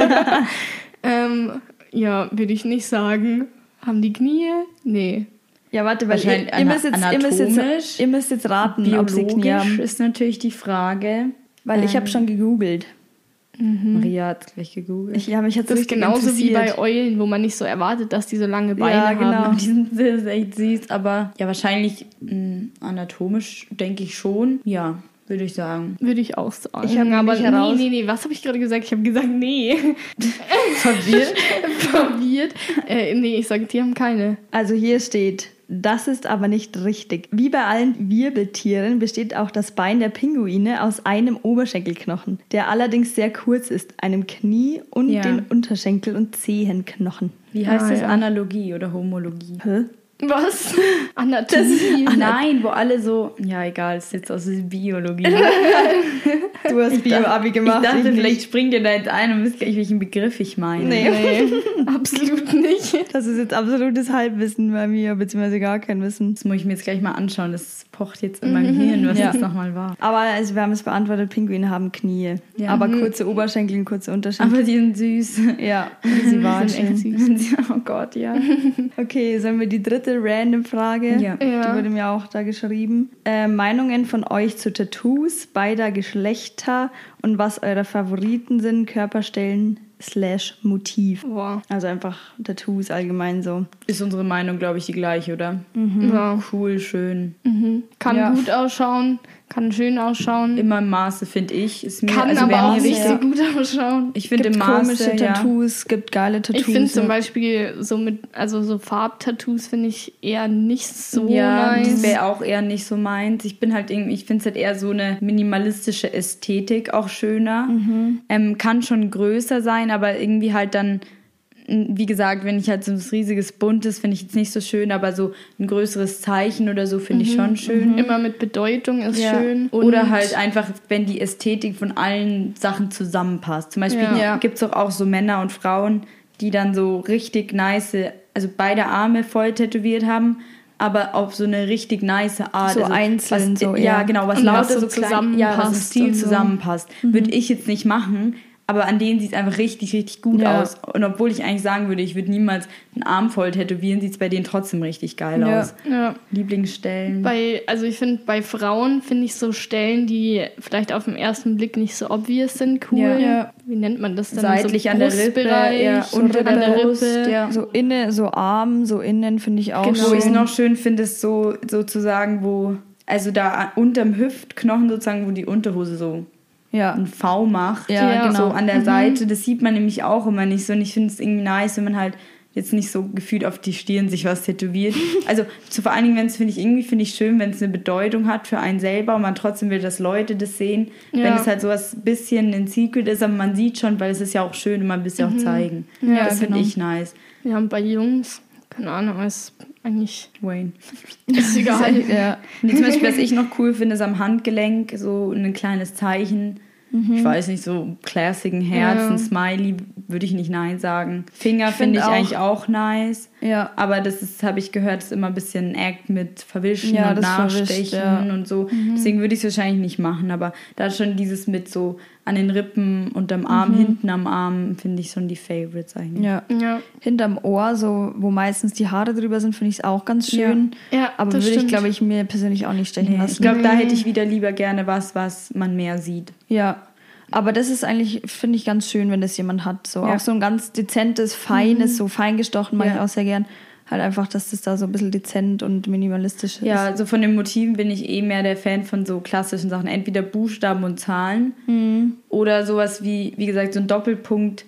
Ja, würde ich nicht sagen. Haben die Knie? Nee. Ja, warte, weil ihr müsst jetzt raten, biologisch, ob sie Knie haben. Ist natürlich die Frage. Weil ich habe schon gegoogelt. Maria hat gleich gegoogelt. Mich hat's das ist genauso wie bei Eulen, wo man nicht so erwartet, dass die so lange Beine haben. Genau. Die sind echt süß, aber ja, wahrscheinlich anatomisch denke ich schon. Ja, würde ich sagen. Würde ich auch sagen. Ich habe aber nee, was habe ich gerade gesagt? Ich habe gesagt, nee. Verwirrt? Nee, ich sage, die haben keine. Also hier steht: Das ist aber nicht richtig. Wie bei allen Wirbeltieren besteht auch das Bein der Pinguine aus einem Oberschenkelknochen, der allerdings sehr kurz ist, einem Knie und den Unterschenkel- und Zehenknochen. Wie heißt das? Analogie oder Homologie? Hä? Was? Anatomie? Nein, wo alle so... Ja, egal, es ist jetzt aus der Biologie. Du hast Bio-Abi gemacht. Ich dachte, vielleicht springt ihr da jetzt ein und wisst gar nicht, welchen Begriff ich meine. Nee. Absolut nicht. Das ist jetzt absolutes Halbwissen bei mir, beziehungsweise gar kein Wissen. Das muss ich mir jetzt gleich mal anschauen. Das pocht jetzt in meinem Hirn, was das nochmal war. Aber also wir haben es beantwortet, Pinguine haben Knie. Ja. Aber kurze Oberschenkel und kurze Unterschenkel. Aber die sind süß. Ja, sie waren echt süß. Oh Gott, ja. Okay, sollen wir die dritte random Frage? Ja. Die wurde mir auch da geschrieben. Meinungen von euch zu Tattoos beider Geschlechter und was eure Favoriten sind, Körperstellen /Motiv. Wow. Also einfach Tattoos allgemein so. Ist unsere Meinung, glaube ich, die gleiche, oder? Ja. Cool, schön. Kann gut ausschauen, kann schön ausschauen. Immer im Maße, finde ich. Ist mir, kann aber auch nicht so gut ausschauen. Ich finde im Maße, komische Tattoos, gibt geile Tattoos. Ich finde zum Beispiel so Farbtattoos finde ich eher nicht so nice. Das wäre auch eher nicht so meins. Ich bin halt irgendwie, ich finde es halt eher so eine minimalistische Ästhetik auch schöner. Kann schon größer sein, aber irgendwie halt dann, wie gesagt, wenn ich halt so ein riesiges Buntes, finde ich jetzt nicht so schön, aber so ein größeres Zeichen oder so finde ich schon schön. Immer mit Bedeutung ist schön. Und oder halt einfach, wenn die Ästhetik von allen Sachen zusammenpasst. Zum Beispiel gibt es auch so Männer und Frauen, die dann so richtig nice, also beide Arme voll tätowiert haben, aber auf so eine richtig nice Art. So also einzeln was, so, ja. genau, was lauter so zusammenpasst. Was im Stil zusammenpasst. Würde ich jetzt nicht machen, aber an denen sieht es einfach richtig, richtig gut aus. Und obwohl ich eigentlich sagen würde, ich würde niemals einen Arm voll tätowieren, sieht es bei denen trotzdem richtig geil aus. Ja. Lieblingsstellen? Ich finde, bei Frauen finde ich so Stellen, die vielleicht auf den ersten Blick nicht so obvious sind, cool. Ja. Wie nennt man das denn? Seitlich so an der Rippe, unter der Rippe. Ja. So innen, so Arm, so innen finde ich auch schön. schön. Wo ich es noch schön finde, ist so sozusagen, also da unterm Hüftknochen sozusagen, wo die Unterhose so ein V macht, genau. So an der Seite. Das sieht man nämlich auch immer nicht so. Und ich finde es irgendwie nice, wenn man halt jetzt nicht so gefühlt auf die Stirn sich was tätowiert. Also vor allen Dingen, finde ich schön, wenn es eine Bedeutung hat für einen selber und man trotzdem will, dass Leute das sehen. Ja. Wenn es halt so was bisschen ein Secret ist, aber man sieht schon, weil es ist ja auch schön und man will es ja auch zeigen. Ja, das finde ich nice. Ja, und bei Jungs, keine Ahnung, ist eigentlich Wayne. ist egal. Ja. Und zum Beispiel, was ich noch cool finde, ist am Handgelenk so ein kleines Zeichen. Ich weiß nicht, so Classic, ein Herz, ein Smiley, würde ich nicht nein sagen. Finger finde ich eigentlich auch nice. Ja. Aber das ist, habe ich gehört, ist immer ein bisschen Act mit Verwischen und Nachstechen und so. Deswegen würde ich es wahrscheinlich nicht machen. Aber da schon dieses mit so an den Rippen, unterm Arm, hinten am Arm, finde ich schon die Favorites eigentlich. Ja. Hinterm Ohr, so wo meistens die Haare drüber sind, finde ich es auch ganz schön. Ja, aber würde ich, glaube ich, mir persönlich auch nicht stechen lassen. Ich glaube, da hätte ich wieder lieber gerne was man mehr sieht. Ja. Aber das ist eigentlich, finde ich, ganz schön, wenn das jemand hat. So auch so ein ganz dezentes, feines, so fein gestochen mag ich auch sehr gern. Halt einfach, dass das da so ein bisschen dezent und minimalistisch ist. Ja, also von den Motiven bin ich mehr der Fan von so klassischen Sachen. Entweder Buchstaben und Zahlen oder sowas wie gesagt, so ein Doppelpunkt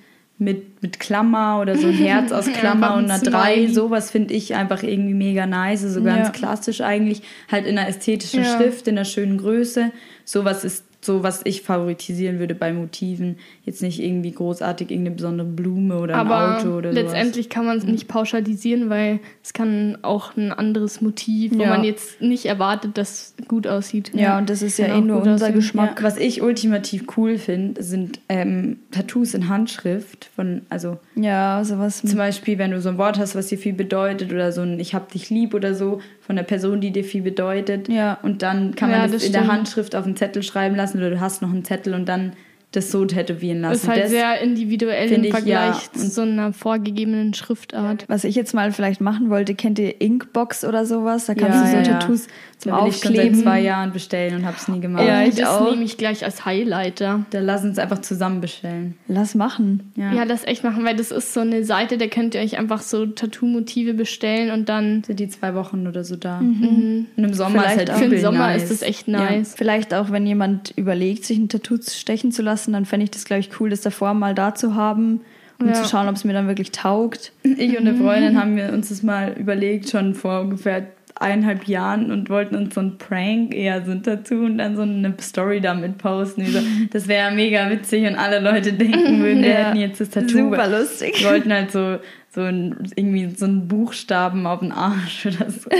mit Klammer oder so ein Herz aus Klammer und einer 3. Sowas finde ich einfach irgendwie mega nice. So ganz klassisch eigentlich. Halt in einer ästhetischen Schrift, in einer schönen Größe. Sowas ist so, was ich favoritisieren würde bei Motiven. Jetzt nicht irgendwie großartig irgendeine besondere Blume oder ein Auto oder so. Letztendlich kann man es nicht pauschalisieren, weil es kann auch ein anderes Motiv, wo man jetzt nicht erwartet, dass es gut aussieht. Ja, und das ist ja nur unser Geschmack. Ja. Was ich ultimativ cool finde, sind Tattoos in Handschrift von, also sowas. Zum Beispiel, wenn du so ein Wort hast, was dir viel bedeutet oder so ein Ich hab dich lieb oder so von der Person, die dir viel bedeutet. Ja. Und dann kann man das in der Handschrift auf einen Zettel schreiben lassen oder du hast noch einen Zettel und dann das so tätowieren lassen. Das ist halt sehr individuell im Vergleich zu so einer vorgegebenen Schriftart. Was ich jetzt mal vielleicht machen wollte, kennt ihr Inkbox oder sowas? Da kannst du so Tattoos zum Aufkleben. Ich schon seit 2 Jahren bestellen und hab's nie gemacht. Ja, das nehme ich gleich als Highlighter. Da lass uns einfach zusammen bestellen. Lass machen. Ja, lass echt machen, weil das ist so eine Seite, da könnt ihr euch einfach so Tattoo-Motive bestellen und dann sind die 2 Wochen oder so da. Und im Sommer ist halt für den Sommer ist das echt nice. Ja. Vielleicht auch, wenn jemand überlegt, sich ein Tattoo stechen zu lassen, dann fände ich das, glaube ich, cool, das davor mal da zu haben und zu schauen, ob es mir dann wirklich taugt. Ich und eine Freundin haben wir uns das mal überlegt, schon vor ungefähr 1,5 Jahren und wollten uns so ein Prank, eher so ein Tattoo und dann so eine Story damit posten. So, das wäre mega witzig und alle Leute denken würden, wir hätten jetzt das Tattoo. Super lustig. Wir wollten halt irgendwie so einen Buchstaben auf den Arsch oder so.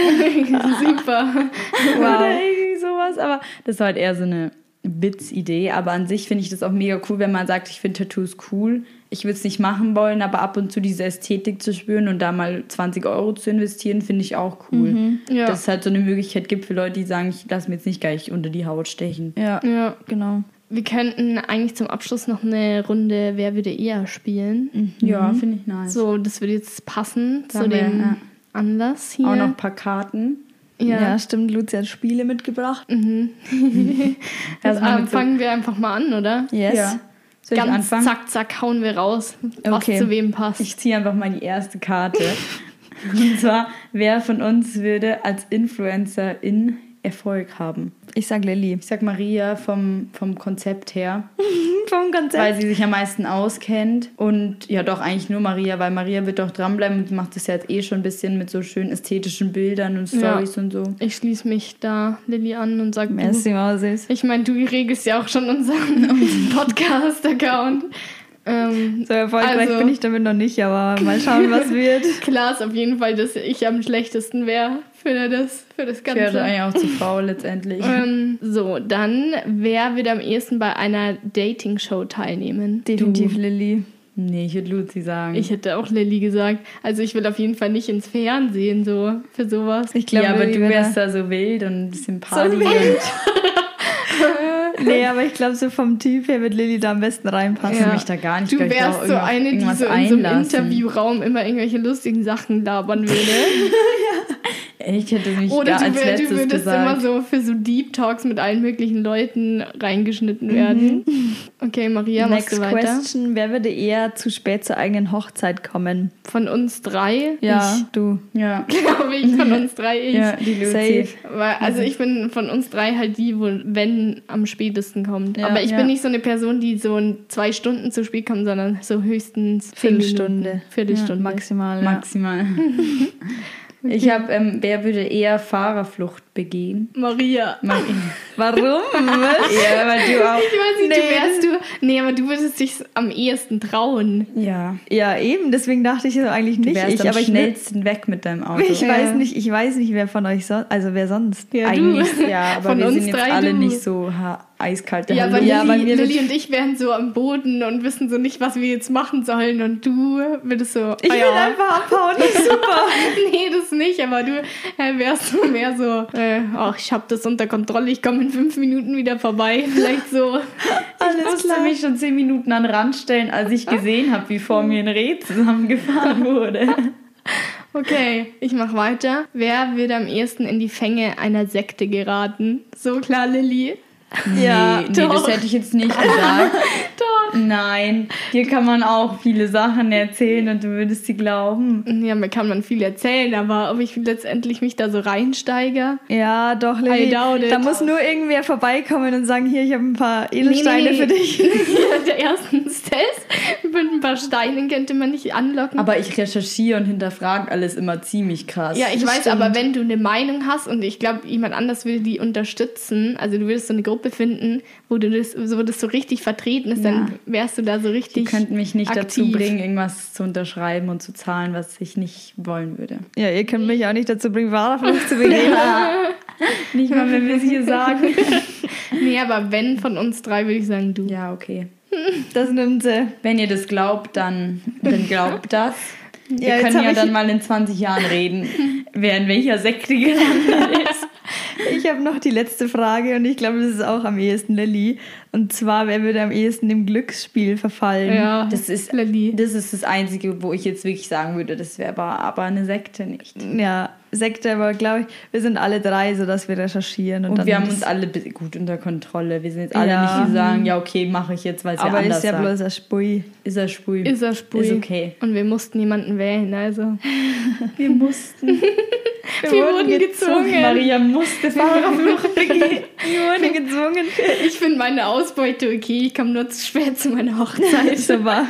Super. Wow. Oder irgendwie sowas, aber das war halt eher so eine Witzidee, aber an sich finde ich das auch mega cool, wenn man sagt, ich finde Tattoos cool. Ich würde es nicht machen wollen, aber ab und zu diese Ästhetik zu spüren und da mal 20 € zu investieren, finde ich auch cool. Dass es halt so eine Möglichkeit gibt für Leute, die sagen, ich lasse mir jetzt nicht gleich unter die Haut stechen. Ja, genau. Wir könnten eigentlich zum Abschluss noch eine Runde Wer würde eher spielen. Ja, finde ich nice. So, das würde jetzt passen zu dem Anlass hier. Auch noch ein paar Karten. Ja, stimmt. Lucia hat Spiele mitgebracht. Also fangen wir einfach mal an, oder? Yes. Ja. Soll Ganz ich anfangen? zack, zack, hauen wir raus, was zu wem passt. Ich ziehe einfach mal die erste Karte. Und zwar, wer von uns würde als Influencerin Erfolg haben? Ich sag Lilly. Ich sag Maria vom Konzept her. Vom Konzept. Weil sie sich am meisten auskennt. Und ja, doch eigentlich nur Maria, weil Maria wird doch dranbleiben und macht das ja jetzt schon ein bisschen mit so schönen ästhetischen Bildern und Storys und so. Ich schließe mich da Lilly an und sage, merci, Mausis. Ich meine, du regelst ja auch schon unseren Podcast-Account. So erfolgreich bin ich damit noch nicht, aber mal schauen, was wird. Klar ist auf jeden Fall, dass ich am schlechtesten wäre für das Ganze. Ich werde eigentlich auch zu faul letztendlich. So, dann, wer wird am ehesten bei einer Dating-Show teilnehmen? Definitiv Lilly. Nee, ich würde Luzi sagen. Ich hätte auch Lilly gesagt. Also ich will auf jeden Fall nicht ins Fernsehen so für sowas. Ich glaube, ja, aber du wärst da so wild und ein bisschen Party. So nee, aber ich glaube, so vom Typ her wird Lilly da am besten reinpassen. Ja. Mich da gar nicht. Du wärst so eine, die so in so einem Interviewraum immer irgendwelche lustigen Sachen labern würde. Ich hätte mich oder als letztes du würdest gesagt. Immer so für so Deep Talks mit allen möglichen Leuten reingeschnitten werden. Okay, Maria, machst du weiter? Next question. Wer würde eher zu spät zur eigenen Hochzeit kommen? Von uns 3? Ja, du. Ja. Glaube ich, von uns 3 ich. Ja, die Lucy. Also ich bin von uns 3 halt die, wo wenn am spätesten kommt. Ja, aber ich bin nicht so eine Person, die so 2 Stunden zu spät kommt, sondern so höchstens Viertelstunde. Viertelstunde. Ja, maximal. Maximal. Okay. Ich habe, wer würde eher Fahrerflucht begehen? Maria. Warum? Ja, weil du auch... Ich weiß nicht, Nee, aber du würdest dich am ehesten trauen. Ja. Ja, eben. Deswegen dachte ich so eigentlich nicht. Du wärst am schnellsten weg mit deinem Auto. Ich weiß nicht, wer von euch sonst. Also wer sonst? Ja, eigentlich, ja, aber von wir uns sind jetzt drei alle du. nicht so eiskalte Ja, aber Halleluja. Lilly und ich wären so am Boden und wissen so nicht, was wir jetzt machen sollen. Und du würdest so... Ich will einfach abhauen, nicht super. Nee, das nicht, aber du wärst so mehr so, ich hab das unter Kontrolle, ich komme in 5 Minuten wieder vorbei. Vielleicht so. Ich musste mich schon 10 Minuten an den Rand stellen, als ich gesehen habe, wie vor mir ein Reh zusammengefahren wurde. Okay, ich mach weiter. Wer wird am ehesten in die Fänge einer Sekte geraten? So klar, Lilly. Nee, das hätte ich jetzt nicht gesagt. Doch. Nein, hier kann man auch viele Sachen erzählen und du würdest sie glauben. Ja, mir kann man viel erzählen, aber ob ich letztendlich mich da so reinsteige? Ja, doch, Lilly. Da muss nur irgendwer vorbeikommen und sagen, hier, ich habe ein paar Edelsteine für dich. Der erstens das. Mit ein paar Steinen könnte man nicht anlocken. Aber ich recherchiere und hinterfrage alles immer ziemlich krass. Ja, ich weiß, aber wenn du eine Meinung hast und ich glaube, jemand anders würde die unterstützen, also du würdest so eine Gruppe finden, wo das so richtig vertreten ist, dann wärst du da so richtig. Die könnten mich nicht aktiv dazu bringen, irgendwas zu unterschreiben und zu zahlen, was ich nicht wollen würde. Ja, ihr könnt mich auch nicht dazu bringen, Wahrheit zu begehen. Nicht mal, wenn wir es hier sagen. Nee, aber wenn von uns 3, würde ich sagen, du. Ja, okay. Das nimmt sie. Wenn ihr das glaubt, dann glaubt das. Ja, wir können ja dann mal in 20 Jahren reden, wer in welcher Sekte gelandet ist. Ich habe noch die letzte Frage und ich glaube, das ist auch am ehesten Lilly. Und zwar, wer würde am ehesten dem Glücksspiel verfallen? Ja, das ist Lilly. Das ist das Einzige, wo ich jetzt wirklich sagen würde, das wäre aber eine Sekte nicht. Ja, Sekte, aber glaube ich, wir sind alle 3, sodass wir recherchieren. Und dann wir haben uns alle gut unter Kontrolle. Wir sind jetzt alle nicht, die sagen, ja okay, mache ich jetzt, weil es ja anders ist ja sagt. bloß ein Spui. Ist ein Spui. Ist ein Spui. Ist okay. Und wir mussten jemanden wählen, also. Wir mussten. Wir wurden gezwungen. Maria musste Fahrerflucht begehen. Wir wurden gezwungen. Ich finde meine Ausbeute okay. Ich komme nur zu spät zu meiner Hochzeit. Super.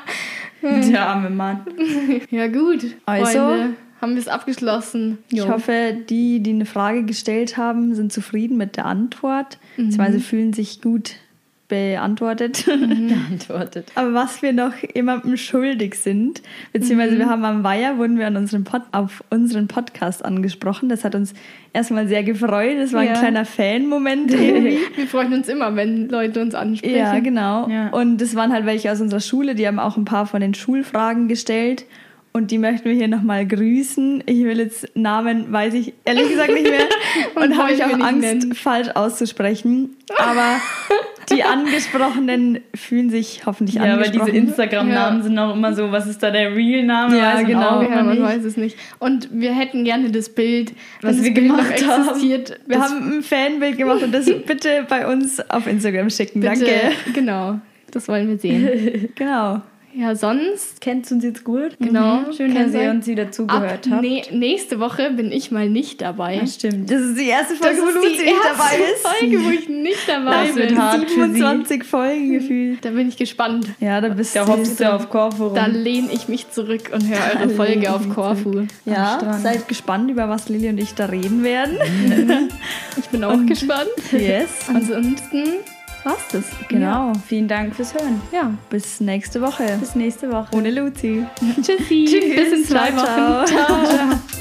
Der arme Mann. Ja gut, also Freunde, haben wir es abgeschlossen. Ich hoffe, die eine Frage gestellt haben, sind zufrieden mit der Antwort. Beziehungsweise fühlen sich gut beantwortet. Aber was wir noch jemandem schuldig sind, beziehungsweise wir haben am Weiher, wurden wir auf unseren Podcast angesprochen. Das hat uns erstmal sehr gefreut. Das war ein kleiner Fan-Moment irgendwie. Wir freuen uns immer, wenn Leute uns ansprechen. Ja, genau. Ja. Und das waren halt welche aus unserer Schule, die haben auch ein paar von den Schulfragen gestellt. Und die möchten wir hier nochmal grüßen. Ich will jetzt Namen, weiß ich ehrlich gesagt nicht mehr. Und habe ich auch Angst, falsch auszusprechen. Aber die Angesprochenen fühlen sich hoffentlich angesprochen. Ja, aber diese Instagram-Namen sind auch immer so, was ist da der Real-Name? Ja, genau. Man weiß es nicht. Und wir hätten gerne das Bild, was wir gemacht haben. Wir haben ein Fanbild gemacht und das bitte bei uns auf Instagram schicken. Bitte. Danke. Genau, das wollen wir sehen. Genau. Ja, sonst kennt uns jetzt gut. Genau. Schön, dass ihr uns wieder zugehört habt. Nächste Woche bin ich mal nicht dabei. Ja, stimmt. Das ist die erste Folge, wo Luzi nicht dabei ist. Folge, wo ich nicht dabei bin. Das wird 27 Folgen gefühlt. Da bin ich gespannt. Ja, da hoppst du auf Korfu rum. Da lehne ich mich zurück und höre eure Folge auf Korfu. Ja, seid gespannt, über was Lilly und ich da reden werden. Ich bin auch gespannt. Yes. Ansonsten war's das. Genau. Ja. Vielen Dank fürs Hören. Ja. Bis nächste Woche. Bis nächste Woche. Ohne Luzi. Tschüssi. Tschüss. Bis in 2 Wochen. Ciao.